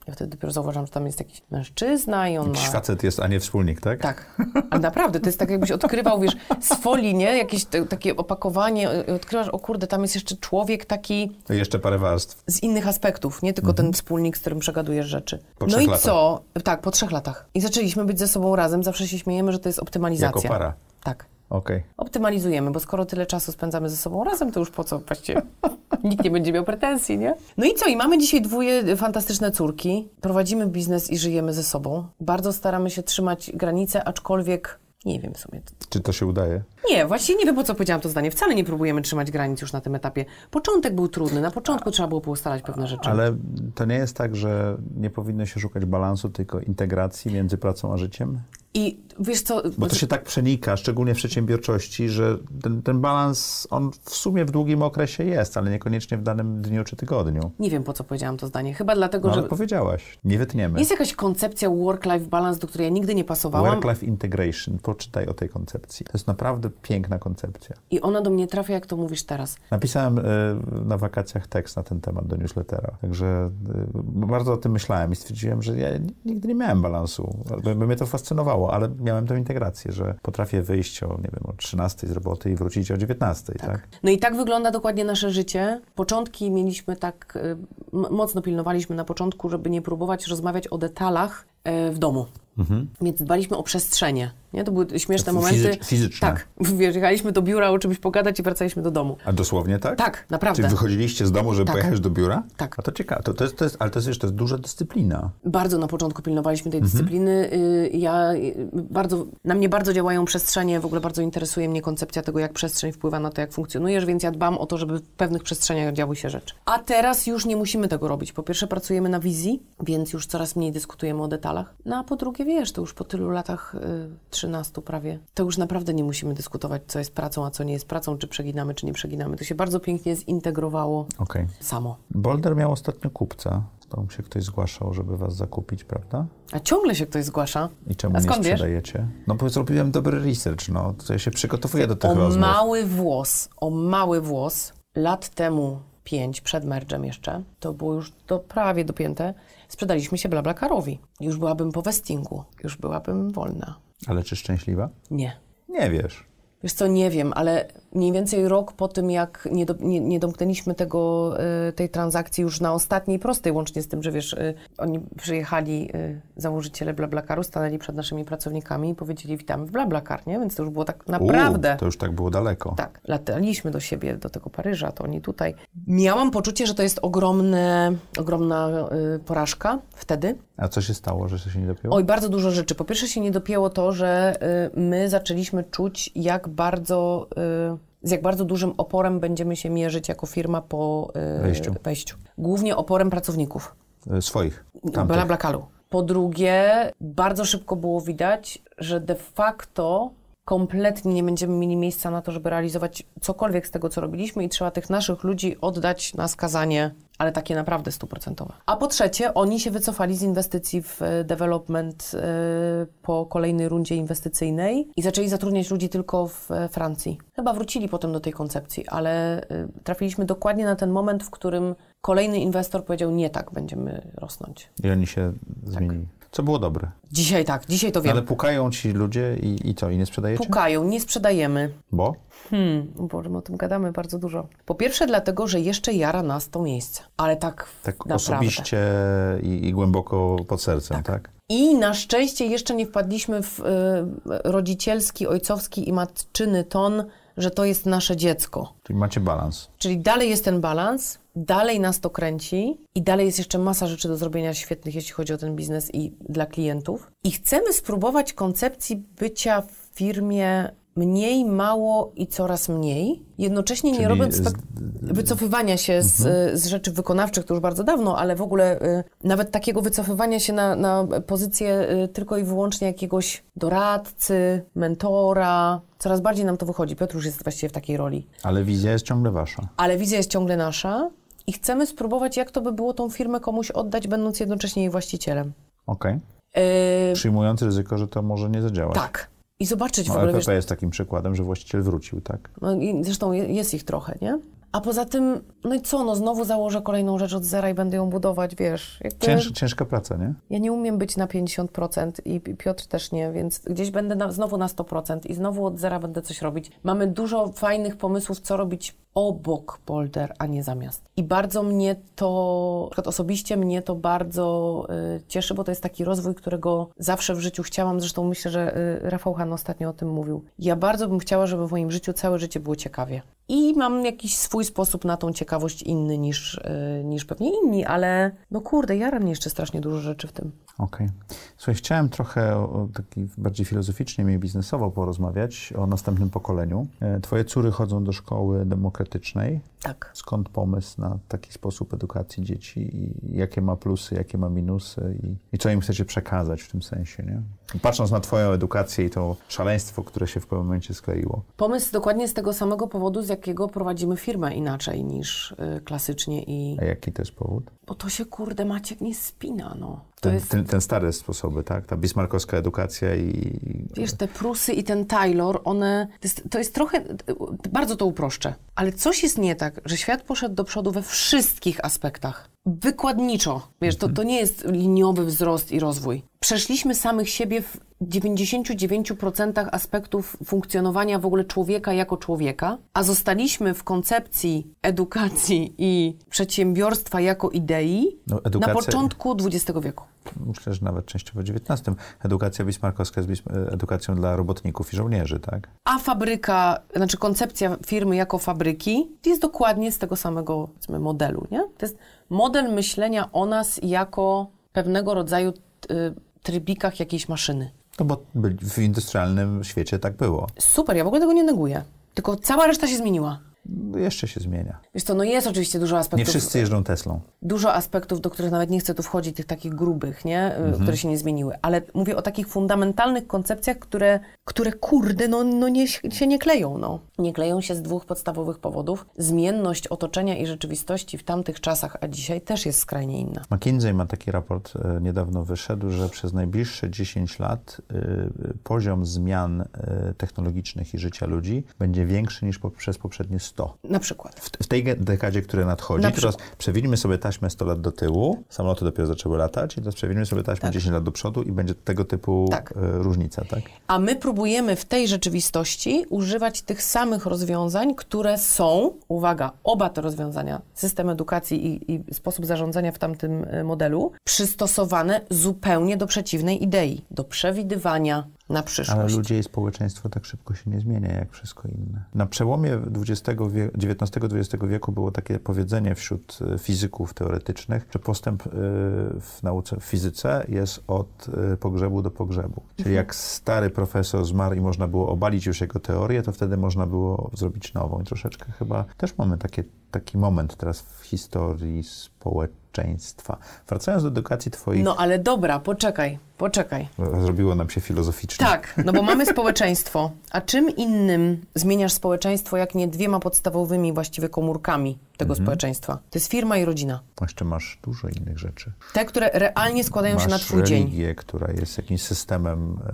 Ja wtedy dopiero zauważam, że tam jest jakiś mężczyzna i on Jakiś ma... facet jest, a nie wspólnik, tak? Tak, ale naprawdę, to jest tak jakbyś odkrywał, wiesz, z folii, nie? Jakieś te, takie opakowanie i odkrywasz, o kurde, tam jest jeszcze człowiek taki... To jeszcze parę warstw. Z innych aspektów, nie tylko mhm. ten wspólnik, z którym przegadujesz rzeczy. Po no trzech i latach. co? Tak, po trzech latach. I zaczęliśmy być ze sobą razem, zawsze się śmiejemy, że to jest optymalizacja. Jako para? Tak. Okej. Okay. Optymalizujemy, bo skoro tyle czasu spędzamy ze sobą razem, to już po co właściwie nikt nie będzie miał pretensji, nie? No i co? I mamy dzisiaj dwoje fantastyczne córki. Prowadzimy biznes i żyjemy ze sobą. Bardzo staramy się trzymać granice, aczkolwiek nie wiem w sumie. Czy to się udaje? Nie, właściwie nie wiem, po co powiedziałam to zdanie. Wcale nie próbujemy trzymać granic już na tym etapie. Początek był trudny. Na początku A, trzeba było poustalać pewne rzeczy. Ale to nie jest tak, że nie powinno się szukać balansu, tylko integracji między pracą a życiem? I wiesz co... Bo to się tak przenika, szczególnie w przedsiębiorczości, że ten, ten balans, on w sumie w długim okresie jest, ale niekoniecznie w danym dniu czy tygodniu. Nie wiem, po co powiedziałam to zdanie. Chyba dlatego, no, ale że... powiedziałaś. Nie wytniemy. Jest jakaś koncepcja work-life balance, do której ja nigdy nie pasowałam. Work-life integration. Poczytaj o tej koncepcji. To jest naprawdę piękna koncepcja. I ona do mnie trafia, jak to mówisz teraz. Napisałem y, na wakacjach tekst na ten temat do newslettera. Także y, bardzo o tym myślałem i stwierdziłem, że ja nigdy nie miałem balansu. By, by mnie to fascynowało. Ale miałem tę integrację, że potrafię wyjść o, nie wiem, o trzynastej z roboty i wrócić o dziewiętnastej, tak? tak? No i tak wygląda dokładnie nasze życie. Początki mieliśmy tak, m- mocno pilnowaliśmy na początku, żeby nie próbować rozmawiać o detalach e, w domu. Mhm. Więc dbaliśmy o przestrzenie. Nie? To były śmieszne momenty. Fizy- fizyczne. Tak. Wiesz, jechaliśmy do biura o czymś pogadać i wracaliśmy do domu. A dosłownie tak? Tak, naprawdę. Czy wychodziliście z domu, żeby tak. pojechać do biura? Tak. A to ciekawe. To, to jest, to jest, ale to jest, wiesz, to jest duża dyscyplina. Bardzo na początku pilnowaliśmy tej dyscypliny. Mhm. Ja bardzo, na mnie bardzo działają przestrzenie. W ogóle bardzo interesuje mnie koncepcja tego, jak przestrzeń wpływa na to, jak funkcjonujesz, więc ja dbam o to, żeby w pewnych przestrzeniach działy się rzeczy. A teraz już nie musimy tego robić. Po pierwsze pracujemy na wizji, więc już coraz mniej dyskutujemy o detalach. No a po drugie, wiesz, to już po tylu latach, trzynastu prawie, to już naprawdę nie musimy dyskutować, co jest pracą, a co nie jest pracą, czy przeginamy, czy nie przeginamy. To się bardzo pięknie zintegrowało okay. samo. Boulder miał ostatnio kupca. Tam się ktoś zgłaszał, żeby was zakupić, prawda? A ciągle się ktoś zgłasza. I czemu a nie skąd sprzedajecie? Wiesz? No bo zrobiłem dobry research, no. To ja się przygotowuję do tych o rozmów. O mały włos, o mały włos, lat temu pięć, przed mergem jeszcze, to było już to prawie dopięte, sprzedaliśmy się BlaBlaCarowi. Już byłabym po vestingu, już byłabym wolna. Ale czy szczęśliwa? Nie. Nie wiesz. Wiesz co, nie wiem, ale mniej więcej rok po tym, jak nie, do, nie, nie domknęliśmy tego, y, tej transakcji już na ostatniej prostej, łącznie z tym, że wiesz, y, oni przyjechali, y, założyciele BlaBlaCaru, stanęli przed naszymi pracownikami i powiedzieli, witamy w BlaBlaCar, nie? Więc to już było tak naprawdę... U, to już tak było daleko. Tak, lataliśmy do siebie, do tego Paryża, to oni tutaj. Miałam poczucie, że to jest ogromne, ogromna y, porażka wtedy. A co się stało, że się nie dopięło? Oj, bardzo dużo rzeczy. Po pierwsze się nie dopięło to, że y, my zaczęliśmy czuć, jak bardzo, y, z jak bardzo dużym oporem będziemy się mierzyć jako firma po y, wejściu. wejściu. Głównie oporem pracowników. Y, swoich. BlaBlaCaru. Po drugie, bardzo szybko było widać, że de facto kompletnie nie będziemy mieli miejsca na to, żeby realizować cokolwiek z tego, co robiliśmy i trzeba tych naszych ludzi oddać na skazanie, ale takie naprawdę stuprocentowe. A po trzecie, oni się wycofali z inwestycji w development yy, po kolejnej rundzie inwestycyjnej i zaczęli zatrudniać ludzi tylko w Francji. Chyba wrócili potem do tej koncepcji, ale yy, trafiliśmy dokładnie na ten moment, w którym kolejny inwestor powiedział, nie tak, będziemy rosnąć. I oni się zmienili. Tak. Co było dobre. Dzisiaj tak, dzisiaj to wiem. Ale pukają ci ludzie i, i co, i nie sprzedajecie? Pukają, nie sprzedajemy. Bo? Hmm, bo my o tym gadamy bardzo dużo. Po pierwsze dlatego, że jeszcze jara nas to miejsce, ale tak Tak naprawdę. osobiście i, i głęboko pod sercem, tak? tak? I na szczęście jeszcze nie wpadliśmy w y, rodzicielski, ojcowski i matczyny ton, że to jest nasze dziecko. Czyli macie balans. Czyli dalej jest ten balans, dalej nas to kręci i dalej jest jeszcze masa rzeczy do zrobienia świetnych, jeśli chodzi o ten biznes i dla klientów. I chcemy spróbować koncepcji bycia w firmie mniej, mało i coraz mniej, jednocześnie Czyli nie robiąc z... wycofywania się z, mhm. z rzeczy wykonawczych, to już bardzo dawno, ale w ogóle y, nawet takiego wycofywania się na, na pozycję y, tylko i wyłącznie jakiegoś doradcy, mentora. Coraz bardziej nam to wychodzi. Piotr już jest właściwie w takiej roli. Ale wizja jest ciągle wasza. Ale wizja jest ciągle nasza i chcemy spróbować, jak to by było tą firmę komuś oddać, będąc jednocześnie jej właścicielem. Okej. Okay. Y... Przyjmując ryzyko, że to może nie zadziałać. Tak. I zobaczyć no, w ogóle, L P P wiesz, jest takim przykładem, że właściciel wrócił, tak? No i zresztą jest ich trochę, nie? A poza tym, no i co, no znowu założę kolejną rzecz od zera i będę ją budować, wiesz. Jakby... Cięż, ciężka praca, nie? Ja nie umiem być na pięćdziesiąt procent i Piotr też nie, więc gdzieś będę na, znowu na sto procent i znowu od zera będę coś robić. Mamy dużo fajnych pomysłów, co robić obok Boulder, a nie zamiast. I bardzo mnie to, na przykład osobiście mnie to bardzo y, cieszy, bo to jest taki rozwój, którego zawsze w życiu chciałam. Zresztą myślę, że y, Rafał Han ostatnio o tym mówił. Ja bardzo bym chciała, żeby w moim życiu całe życie było ciekawie. I mam jakiś swój sposób na tą ciekawość inny niż, y, niż pewnie inni, ale no kurde, jara mnie jeszcze strasznie dużo rzeczy w tym. Okej. Okay. Słuchaj, chciałem trochę o, o taki bardziej filozoficznie, mniej biznesowo porozmawiać o następnym pokoleniu. Twoje córy chodzą do szkoły demokratycznej. Tak. Skąd pomysł na taki sposób edukacji dzieci i jakie ma plusy, jakie ma minusy i, i co im chcecie przekazać w tym sensie, nie? Patrząc na twoją edukację i to szaleństwo, które się w pewnym momencie skleiło. Pomysł dokładnie z tego samego powodu, z jakiego prowadzimy firmę inaczej niż y, klasycznie i... A jaki to jest powód? Bo to się, kurde, Maciek, nie spina, no. To Ten, jest... ten, ten stare sposoby, tak? Ta bismarckowska edukacja i... Wiesz, te Prusy i ten Taylor, one... To jest, to jest trochę... Bardzo to uproszczę. Ale coś jest nie tak, że świat poszedł do przodu we wszystkich aspektach. Wykładniczo. Wiesz, to, to nie jest liniowy wzrost i rozwój. Przeszliśmy samych siebie w dziewięćdziesięciu dziewięciu procentach aspektów funkcjonowania w ogóle człowieka jako człowieka, a zostaliśmy w koncepcji edukacji i przedsiębiorstwa jako idei no, edukacja... na początku dwudziestego wieku. Myślę, że nawet częściowo dziewiętnastym. Edukacja bismarckowska jest edukacją dla robotników i żołnierzy, tak? A fabryka, znaczy koncepcja firmy jako fabryki jest dokładnie z tego samego, powiedzmy, modelu, nie? To jest model myślenia o nas jako pewnego rodzaju y, trybikach jakiejś maszyny. No bo w industrialnym świecie tak było. Super, ja w ogóle tego nie neguję. Tylko cała reszta się zmieniła. Jeszcze się zmienia. Wiesz co, no jest oczywiście dużo aspektów... Nie wszyscy jeżdżą Teslą. Dużo aspektów, do których nawet nie chcę tu wchodzić, tych takich grubych, nie? Mhm. Które się nie zmieniły. Ale mówię o takich fundamentalnych koncepcjach, które, które kurde, no, no nie, się nie kleją, no. Nie kleją się z dwóch podstawowych powodów. Zmienność otoczenia i rzeczywistości w tamtych czasach, a dzisiaj też jest skrajnie inna. McKinsey ma taki raport, e, niedawno wyszedł, że przez najbliższe dziesięć lat e, poziom zmian e, technologicznych i życia ludzi będzie większy niż po, przez poprzednie sto. Na przykład. W, w tej dekadzie, która nadchodzi, Na teraz przewidźmy sobie taśmę sto lat do tyłu, samoloty dopiero zaczęły latać i teraz przewidźmy sobie taśmę tak. dziesięć lat do przodu i będzie tego typu tak. e, różnica, tak? A my próbujemy w tej rzeczywistości używać tych samych rozwiązań, które są, uwaga, oba te rozwiązania, system edukacji i, i sposób zarządzania w tamtym modelu, przystosowane zupełnie do przeciwnej idei, do przewidywania na przyszłość. Ale ludzie i społeczeństwo tak szybko się nie zmienia, jak wszystko inne. Na przełomie dziewiętnastego dwudziestego wieku było takie powiedzenie wśród fizyków teoretycznych, że postęp w nauce, w fizyce jest od pogrzebu do pogrzebu. Czyli mhm. jak stary profesor zmarł i można było obalić już jego teorię, to wtedy można było zrobić nową. I troszeczkę chyba też mamy takie, taki moment teraz w historii społeczeństwa. Wracając do edukacji twoich... No ale dobra, poczekaj, poczekaj. Zrobiło nam się filozoficznie. Tak, no bo mamy społeczeństwo. A czym innym zmieniasz społeczeństwo, jak nie dwiema podstawowymi właściwie komórkami tego mhm. społeczeństwa? To jest firma i rodzina. Jeszcze masz dużo innych rzeczy. Te, które realnie składają masz się na twój dzień. Masz religię, która jest jakimś systemem, e,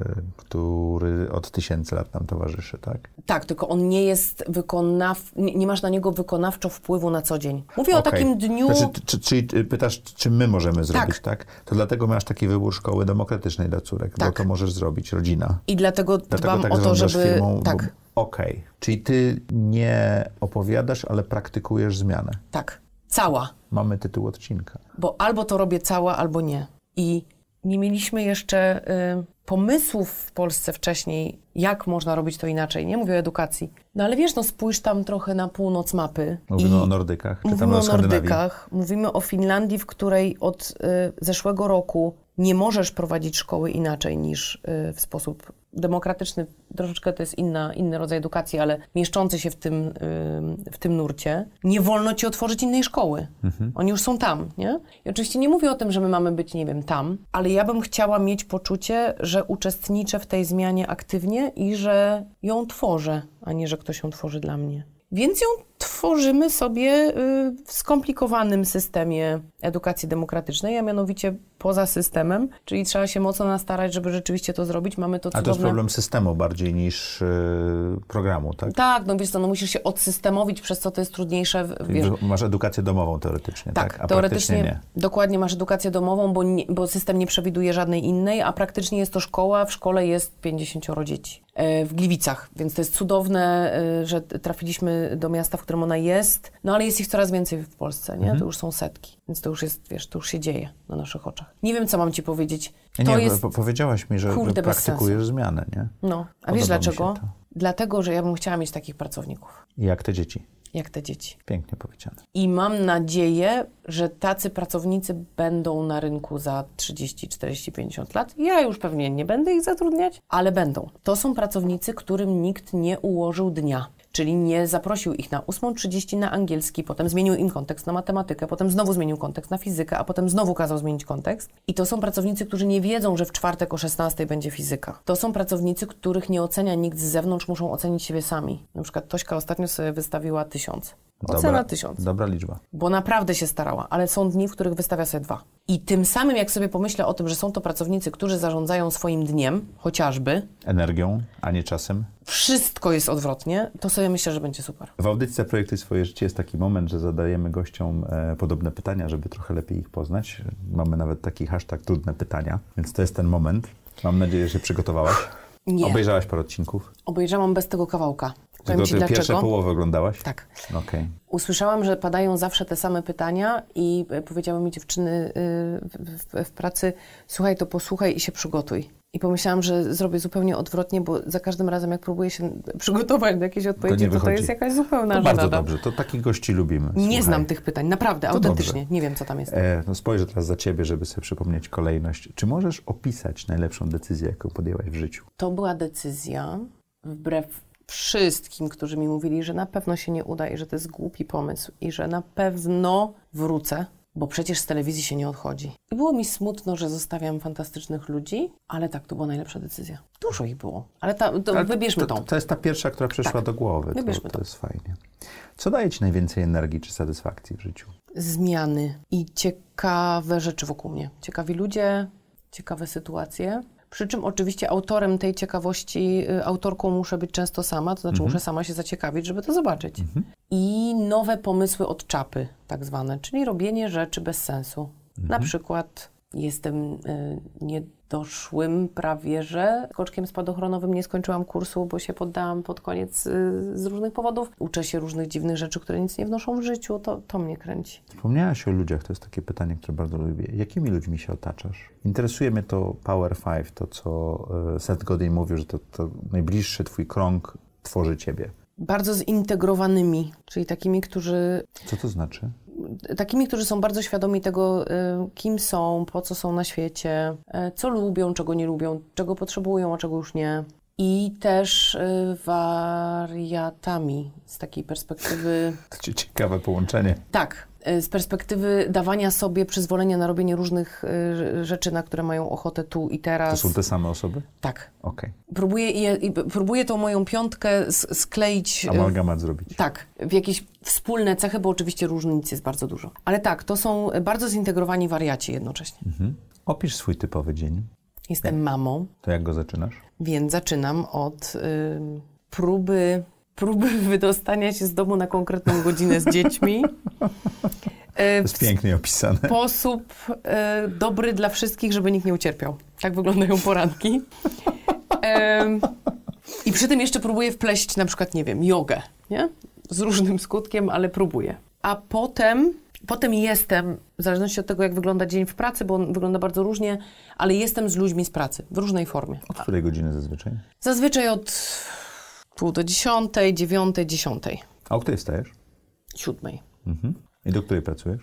który od tysięcy lat nam towarzyszy, tak? Tak, tylko on nie jest wykonaw... Nie, nie masz na niego wykonawczo wpływu na co dzień. Mówię okay. o takim dniu... Znaczy, czy, czyli pytasz, czy my możemy zrobić, tak? tak? To dlatego masz taki wybór szkoły demokratycznej dla córek, tak. bo to możesz zrobić, rodzina. I dlatego, dlatego dbam tak o to, żeby... Firmą, tak. Okej. Okay. Czyli ty nie opowiadasz, ale praktykujesz zmianę. Tak. Cała. Mamy tytuł odcinka. Bo albo to robię cała, albo nie. I nie mieliśmy jeszcze y, pomysłów w Polsce wcześniej, jak można robić to inaczej. Nie mówię o edukacji. No ale wiesz, no spójrz tam trochę na północ mapy. Mówimy o Nordykach. Czy mówimy tam o Nordykach. Mówimy o Finlandii, w której od y, zeszłego roku nie możesz prowadzić szkoły inaczej niż y, w sposób demokratyczny. Troszeczkę to jest inna, inny rodzaj edukacji, ale mieszczący się w tym, y, w tym nurcie. Nie wolno ci otworzyć innej szkoły. Mhm. Oni już są tam, nie? I oczywiście nie mówię o tym, że my mamy być, nie wiem, tam, ale ja bym chciała mieć poczucie, że uczestniczę w tej zmianie aktywnie i że ją tworzę, a nie, że ktoś ją tworzy dla mnie. Więc ją tworzymy sobie y, w skomplikowanym systemie edukacji demokratycznej, a mianowicie poza systemem, czyli trzeba się mocno nastarać, żeby rzeczywiście to zrobić. Mamy to cudowne... A to jest problem systemu bardziej niż y, programu, tak? Tak, no wiesz co, no musisz się odsystemowić, przez co to jest trudniejsze. Wiesz. Masz edukację domową teoretycznie, tak? Tak, A teoretycznie nie. Dokładnie masz edukację domową, bo, nie, bo system nie przewiduje żadnej innej, a praktycznie jest to szkoła, w szkole jest pięćdziesięcioro dzieci. W Gliwicach, więc to jest cudowne, że trafiliśmy do miasta, w którym ona jest, no ale jest ich coraz więcej w Polsce, nie? Mhm. To już są setki, więc to już jest, wiesz, to już się dzieje na naszych oczach. Nie wiem, co mam ci powiedzieć. To nie, jest... po powiedziałaś mi, że, że praktykujesz zmianę, nie? No, a Podoba wiesz dlaczego? to. Dlatego, że ja bym chciała mieć takich pracowników. Jak te dzieci. Jak te dzieci. Pięknie powiedziane. I mam nadzieję, że tacy pracownicy będą na rynku za trzydzieści, czterdzieści, pięćdziesiąt lat. Ja już pewnie nie będę ich zatrudniać, ale będą. To są pracownicy, którym nikt nie ułożył dnia. Czyli nie zaprosił ich na ósma trzydzieści na angielski, potem zmienił im kontekst na matematykę, potem znowu zmienił kontekst na fizykę, a potem znowu kazał zmienić kontekst. I to są pracownicy, którzy nie wiedzą, że w czwartek o szesnastej będzie fizyka. To są pracownicy, których nie ocenia nikt z zewnątrz, muszą ocenić siebie sami. Na przykład Tośka ostatnio sobie wystawiła tysiąc. Ocena dobra, tysiąc. Dobra liczba. Bo naprawdę się starała, ale są dni, w których wystawia sobie dwa. I tym samym, jak sobie pomyślę o tym, że są to pracownicy, którzy zarządzają swoim dniem, chociażby. Energią, a nie czasem. Wszystko jest odwrotnie, to sobie myślę, że będzie super. W audycji Projektuj swoje życie jest taki moment, że zadajemy gościom e, podobne pytania, żeby trochę lepiej ich poznać. Mamy nawet taki hashtag trudne pytania, więc to jest ten moment. Mam nadzieję, że przygotowałaś. Nie. Obejrzałaś parę odcinków? Obejrzałam bez tego kawałka. Tylko ty pierwsze połowę oglądałaś? Tak. Okay. Usłyszałam, że padają zawsze te same pytania i powiedziały mi dziewczyny w, w, w pracy, słuchaj, to posłuchaj i się przygotuj. I pomyślałam, że zrobię zupełnie odwrotnie, bo za każdym razem, jak próbuję się przygotować do jakiejś odpowiedzi, to to jest jakaś zupełna To żenada. bardzo dobrze, to takich gości lubimy. Nie Słuchaj. znam tych pytań, naprawdę, to autentycznie. dobrze. Nie wiem, co tam jest. E, no spojrzę teraz za ciebie, żeby sobie przypomnieć kolejność. Czy możesz opisać najlepszą decyzję, jaką podjęłaś w życiu? To była decyzja, wbrew wszystkim, którzy mi mówili, że na pewno się nie uda i że to jest głupi pomysł i że na pewno wrócę, bo przecież z telewizji się nie odchodzi. I było mi smutno, że zostawiam fantastycznych ludzi, ale tak, to była najlepsza decyzja. Dużo ich było, ale, ta, to ale wybierzmy to, tą. To jest ta pierwsza, która przyszła tak. do głowy. Wybierzmy to, to. To jest fajnie. Co daje ci najwięcej energii czy satysfakcji w życiu? Zmiany i ciekawe rzeczy wokół mnie. Ciekawi ludzie, ciekawe sytuacje. Przy czym oczywiście autorem tej ciekawości, y, autorką muszę być często sama, to znaczy mhm. muszę sama się zaciekawić, żeby to zobaczyć. Mhm. I nowe pomysły od czapy, tak zwane, czyli robienie rzeczy bez sensu. Mhm. Na przykład jestem y, niedoszłym prawie, że skoczkiem spadochronowym nie skończyłam kursu, bo się poddałam pod koniec y, z różnych powodów. Uczę się różnych dziwnych rzeczy, które nic nie wnoszą w życiu, to, to mnie kręci. Wspomniałaś o ludziach, to jest takie pytanie, które bardzo lubię. Jakimi ludźmi się otaczasz? Interesuje mnie to Power Five, to co Seth Godin mówił, że to, to najbliższy twój krąg tworzy ciebie. Bardzo zintegrowanymi, czyli takimi, którzy... Co to znaczy? Takimi, którzy są bardzo świadomi tego, kim są, po co są na świecie, co lubią, czego nie lubią, czego potrzebują, a czego już nie. I też wariatami z takiej perspektywy... To ciekawe połączenie. Tak. Z perspektywy dawania sobie przyzwolenia na robienie różnych rzeczy, na które mają ochotę tu i teraz. To są te same osoby? Tak. Okej. Okay. Próbuję, je, próbuję tą moją piątkę skleić... Amalgamat zrobić. Tak. W jakieś wspólne cechy, bo oczywiście różnic jest bardzo dużo. Ale tak, to są bardzo zintegrowani wariaci jednocześnie. Mhm. Opisz swój typowy dzień. Jestem jak? mamą. To jak go zaczynasz? Więc zaczynam od y, próby... próby wydostania się z domu na konkretną godzinę z dziećmi. To jest pięknie opisane. W sposób e, dobry dla wszystkich, żeby nikt nie ucierpiał. Tak wyglądają poranki. E, I przy tym jeszcze próbuję wpleść na przykład, nie wiem, jogę, nie? Z różnym skutkiem, ale próbuję. A potem, potem jestem, w zależności od tego, jak wygląda dzień w pracy, bo on wygląda bardzo różnie, ale jestem z ludźmi z pracy, w różnej formie. Od której godziny zazwyczaj? Zazwyczaj od pół do dziesiątej, dziewiątej, dziesiątej. A o której wstajesz? Siódmej. Mhm. I do której pracujesz?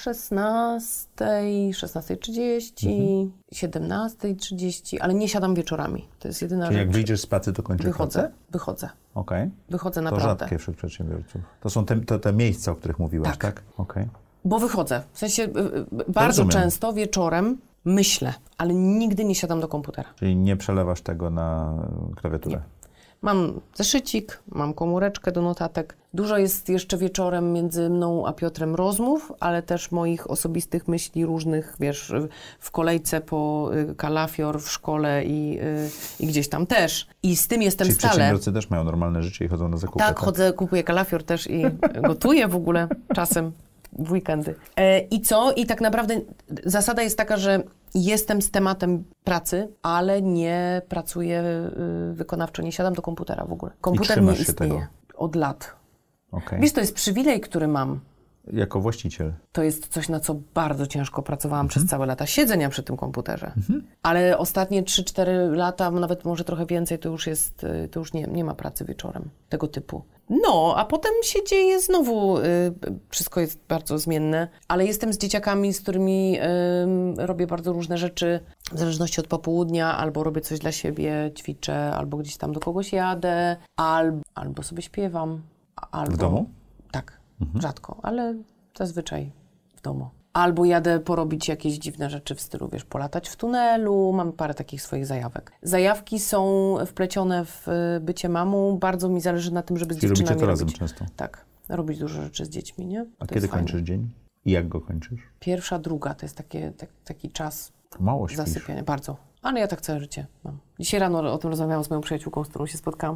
szesnastej, szesnastej trzydzieści, mhm. siedemnastej trzydzieści, ale nie siadam wieczorami. To jest jedyna Czyli rzecz. jak wyjdziesz z pracy, to kończysz Wychodzę, pracę? wychodzę. Okej. Okay. Wychodzę to naprawdę. To rzadkie wśród przedsiębiorców. To są te, te, te miejsca, o których mówiłaś, tak? tak? Okej. Okay. Bo wychodzę. W sensie bardzo Rozumiem. często wieczorem myślę, ale nigdy nie siadam do komputera. Czyli nie przelewasz tego na klawiaturę? Nie. Mam zeszycik, mam komóreczkę do notatek, Dużo jest jeszcze wieczorem między mną a Piotrem rozmów, ale też moich osobistych myśli różnych, wiesz, w kolejce po kalafior w szkole i, i gdzieś tam też. I z tym jestem Czyli stale. przedsiębiorcy też mają normalne życie i chodzą na zakupy. Tak, tak? chodzę, kupuję kalafior też i gotuję w ogóle czasem w weekendy. E, I co? I tak naprawdę zasada jest taka, że jestem z tematem pracy, ale nie pracuję y, wykonawczo, nie siadam do komputera w ogóle. Komputer nie istnieje tego. Od lat. Okay. Wiesz, to jest przywilej, który mam. Jako właściciel. To jest coś, na co bardzo ciężko pracowałam Mhm. przez całe lata siedzenia przy tym komputerze. Mhm. Ale ostatnie trzy cztery lata, nawet może trochę więcej, to już jest, to już nie, nie ma pracy wieczorem tego typu. No, a potem się dzieje znowu, y, wszystko jest bardzo zmienne, ale jestem z dzieciakami, z którymi y, robię bardzo różne rzeczy, w zależności od popołudnia, albo robię coś dla siebie, ćwiczę, albo gdzieś tam do kogoś jadę, albo, albo sobie śpiewam. Albo, w domu? Tak, mhm. rzadko, ale zazwyczaj w domu. Albo jadę porobić jakieś dziwne rzeczy w stylu, wiesz, polatać w tunelu, mam parę takich swoich zajawek. Zajawki są wplecione w bycie mamą, bardzo mi zależy na tym, żeby z Czyli dziewczynami robicie to razem robić. często? Tak, robić dużo rzeczy z dziećmi, nie? A To kiedy jest fajne. kończysz dzień? I jak go kończysz? Pierwsza, druga, to jest takie, tak, taki czas Mało śpisz. zasypiania, bardzo. Ale ja tak całe życie mam. Dzisiaj rano o tym rozmawiałam z moją przyjaciółką, z którą się spotkałam.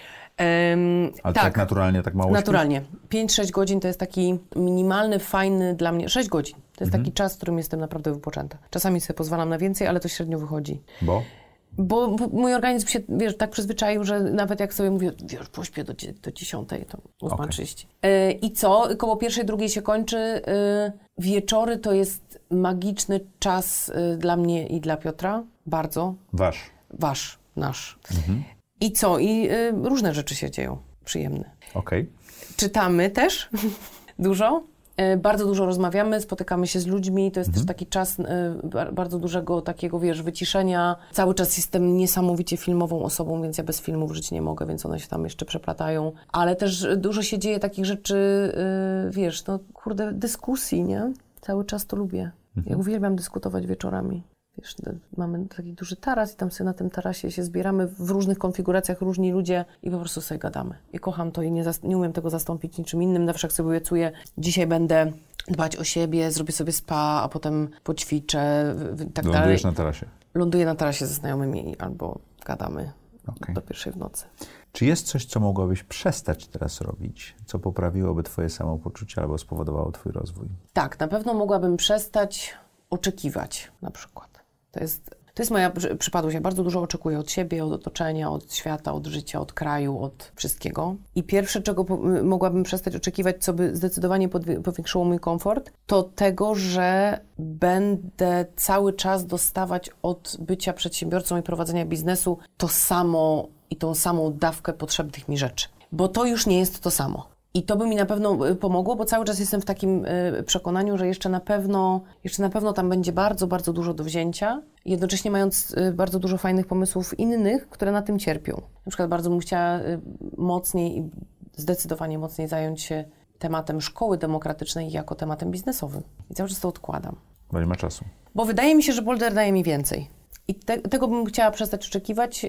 Um, Ale tak, tak naturalnie, tak mało naturalnie. pięć sześć godzin to jest taki minimalny, fajny dla mnie, sześć godzin. To jest Mhm. taki czas, w którym jestem naprawdę wypoczęta. Czasami sobie pozwalam na więcej, ale to średnio wychodzi. Bo? Bo, bo mój organizm się, wiesz, tak przyzwyczaił, że nawet jak sobie mówię, wiesz, pośpię do, do dziesiątej, to ósma trzydzieści. Yy, I co? Koło pierwszej, drugiej się kończy. Yy, wieczory to jest magiczny czas yy, dla mnie i dla Piotra. Bardzo. Wasz. Wasz, nasz. Mhm. I co? I y, różne rzeczy się dzieją przyjemne. Okej. Okay. Czytamy też dużo. Y, bardzo dużo rozmawiamy, spotykamy się z ludźmi. To jest mhm. też taki czas y, bardzo dużego takiego, wiesz, wyciszenia. Cały czas jestem niesamowicie filmową osobą, więc ja bez filmów żyć nie mogę, więc one się tam jeszcze przeplatają. Ale też dużo się dzieje takich rzeczy, y, wiesz, no kurde, dyskusji, nie? Cały czas to lubię. Mhm. Ja uwielbiam dyskutować wieczorami. Wiesz, mamy taki duży taras i tam sobie na tym tarasie się zbieramy w różnych konfiguracjach, różni ludzie i po prostu sobie gadamy. I kocham to i nie, zas- nie umiem tego zastąpić niczym innym. Zawsze jak sobie obiecuję, dzisiaj będę dbać o siebie, zrobię sobie spa, a potem poćwiczę i tak dalej. Lądujesz na tarasie? Ląduję na tarasie ze znajomymi albo gadamy okay. do pierwszej w nocy. Czy jest coś, co mogłabyś przestać teraz robić, co poprawiłoby twoje samopoczucie albo spowodowało twój rozwój? Tak, na pewno mogłabym przestać oczekiwać na przykład. To jest, to jest moja przypadłość. Ja bardzo dużo oczekuję od siebie, od otoczenia, od świata, od życia, od kraju, od wszystkiego. I pierwsze, czego po, mogłabym przestać oczekiwać, co by zdecydowanie podwi- powiększyło mój komfort, to tego, że będę cały czas dostawać od bycia przedsiębiorcą i prowadzenia biznesu to samo i tą samą dawkę potrzebnych mi rzeczy. Bo to już nie jest to samo. I to by mi na pewno pomogło, bo cały czas jestem w takim y, przekonaniu, że jeszcze na pewno, jeszcze na pewno tam będzie bardzo, bardzo dużo do wzięcia, jednocześnie mając y, bardzo dużo fajnych pomysłów innych, które na tym cierpią. Na przykład bardzo bym chciała y, mocniej i zdecydowanie mocniej zająć się tematem szkoły demokratycznej jako tematem biznesowym. I cały czas to odkładam. Bo nie ma czasu. Bo wydaje mi się, że Boulder daje mi więcej. I te, tego bym chciała przestać oczekiwać. Y,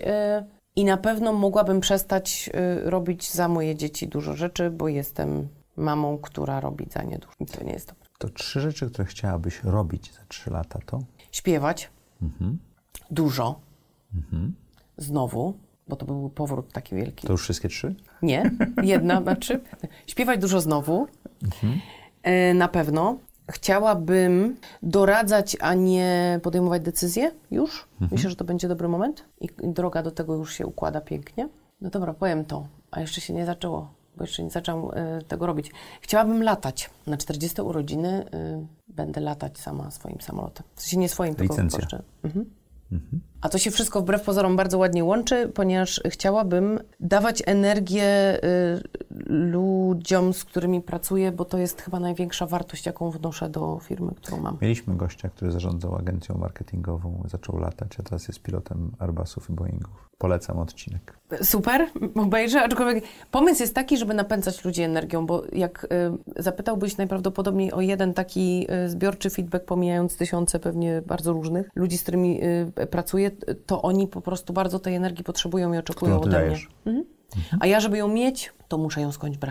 I na pewno mogłabym przestać y, robić za moje dzieci dużo rzeczy, bo jestem mamą, która robi za nie dużo. I to nie jest dobre. To trzy rzeczy, które chciałabyś robić za trzy lata, to? Śpiewać. Mhm. Dużo. Mhm. Znowu, bo to był powrót taki wielki. To już wszystkie trzy? Nie, jedna, znaczy. Śpiewać dużo znowu. Mhm. Y, na pewno. Chciałabym doradzać, a nie podejmować decyzje już. Mhm. Myślę, że to będzie dobry moment i droga do tego już się układa pięknie. No dobra, powiem to, a jeszcze się nie zaczęło, bo jeszcze nie zaczęłam y, tego robić. Chciałabym latać. Na czterdzieste urodziny y, będę latać sama swoim samolotem. W sensie nie swoim, tylko licencja. Mhm. Mhm. A to się wszystko wbrew pozorom bardzo ładnie łączy, ponieważ chciałabym dawać energię y, ludziom, z którymi pracuję, bo to jest chyba największa wartość, jaką wnoszę do firmy, którą mam. Mieliśmy gościa, który zarządzał agencją marketingową, zaczął latać, a teraz jest pilotem Airbusów i Boeingów. Polecam odcinek. Super, obejrzę, aczkolwiek pomysł jest taki, żeby napędzać ludzi energią, bo jak y, zapytałbyś najprawdopodobniej o jeden taki y, zbiorczy feedback, pomijając tysiące pewnie bardzo różnych ludzi, z którymi y, pracuję, to oni po prostu bardzo tej energii potrzebują i oczekują ode mnie. Mhm. Mhm. A ja, żeby ją mieć, to muszę ją skądś brać.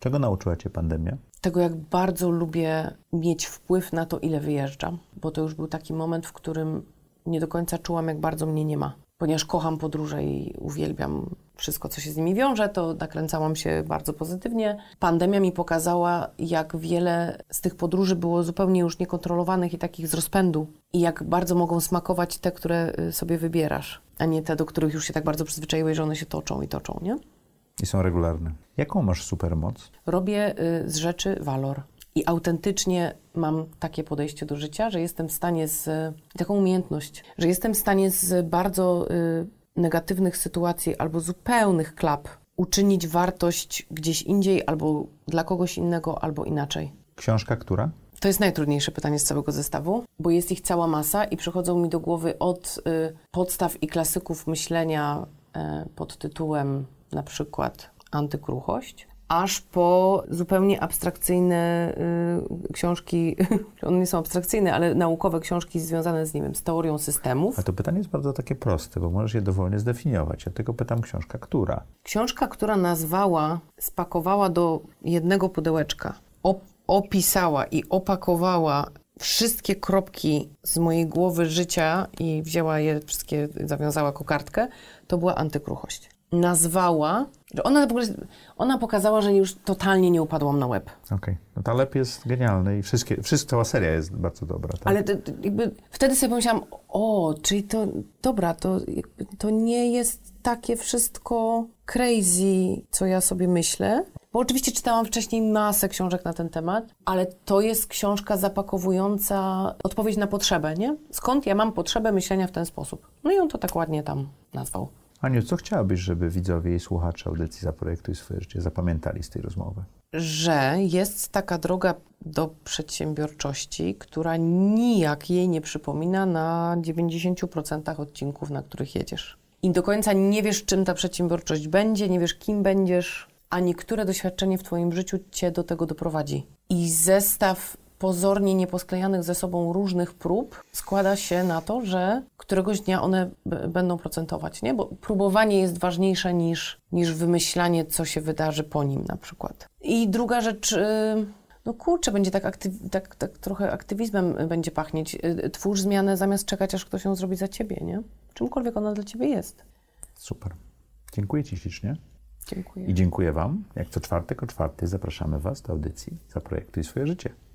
Czego nauczyła Cię pandemia? Tego, jak bardzo lubię mieć wpływ na to, ile wyjeżdżam, bo to już był taki moment, w którym nie do końca czułam, jak bardzo mnie nie ma. Ponieważ kocham podróże i uwielbiam wszystko, co się z nimi wiąże, to nakręcałam się bardzo pozytywnie. Pandemia mi pokazała, jak wiele z tych podróży było zupełnie już niekontrolowanych i takich z rozpędu. I jak bardzo mogą smakować te, które sobie wybierasz, a nie te, do których już się tak bardzo przyzwyczaiłeś, że one się toczą i toczą, nie? I są regularne. Jaką masz supermoc? Robię y, z rzeczy walor. I autentycznie mam takie podejście do życia, że jestem w stanie z... taką umiejętność, że jestem w stanie z bardzo y, negatywnych sytuacji albo zupełnych klap uczynić wartość gdzieś indziej albo dla kogoś innego, albo inaczej. Książka która? To jest najtrudniejsze pytanie z całego zestawu, bo jest ich cała masa i przychodzą mi do głowy od y, podstaw i klasyków myślenia y, pod tytułem na przykład Antykruchość, aż po zupełnie abstrakcyjne y, książki, one nie są abstrakcyjne, ale naukowe książki związane z, nie wiem, z teorią systemów. A to pytanie jest bardzo takie proste, bo możesz je dowolnie zdefiniować. Ja tylko pytam, książka która? Książka, która nazwała, spakowała do jednego pudełeczka, op- opisała i opakowała wszystkie kropki z mojej głowy życia i wzięła je wszystkie, zawiązała kokardkę, to była Antykruchość. Nazwała, że ona w ogóle, ona pokazała, że już totalnie nie upadłam na łeb. Okej, okay. No ta lep jest genialny i wszystkie, wszystko, cała seria jest bardzo dobra. Tak? Ale to, to jakby wtedy sobie pomyślałam, o, czyli to, dobra, to, to nie jest takie wszystko crazy, co ja sobie myślę. Bo oczywiście czytałam wcześniej masę książek na ten temat, ale to jest książka zapakowująca odpowiedź na potrzebę, nie? Skąd ja mam potrzebę myślenia w ten sposób? No i on to tak ładnie tam nazwał. Aniu, co chciałabyś, żeby widzowie i słuchacze audycji Zaprojektuj swoje życie zapamiętali z tej rozmowy? Że jest taka droga do przedsiębiorczości, która nijak jej nie przypomina na dziewięćdziesiąt procent odcinków, na których jedziesz. I do końca nie wiesz, czym ta przedsiębiorczość będzie, nie wiesz, kim będziesz, a niektóre doświadczenie w twoim życiu cię do tego doprowadzi. I zestaw pozornie nieposklejanych ze sobą różnych prób składa się na to, że któregoś dnia one b- będą procentować, nie? Bo próbowanie jest ważniejsze niż, niż wymyślanie, co się wydarzy po nim na przykład. I druga rzecz, yy, no kurczę, będzie tak, aktyw- tak, tak trochę aktywizmem będzie pachnieć. Yy, twórz zmianę zamiast czekać, aż ktoś ją zrobi za ciebie, nie? Czymkolwiek ona dla ciebie jest. Super. Dziękuję ci ślicznie. Dziękuję. I dziękuję wam. Jak co czwartek o czwartej zapraszamy was do audycji Zaprojektuj swoje życie.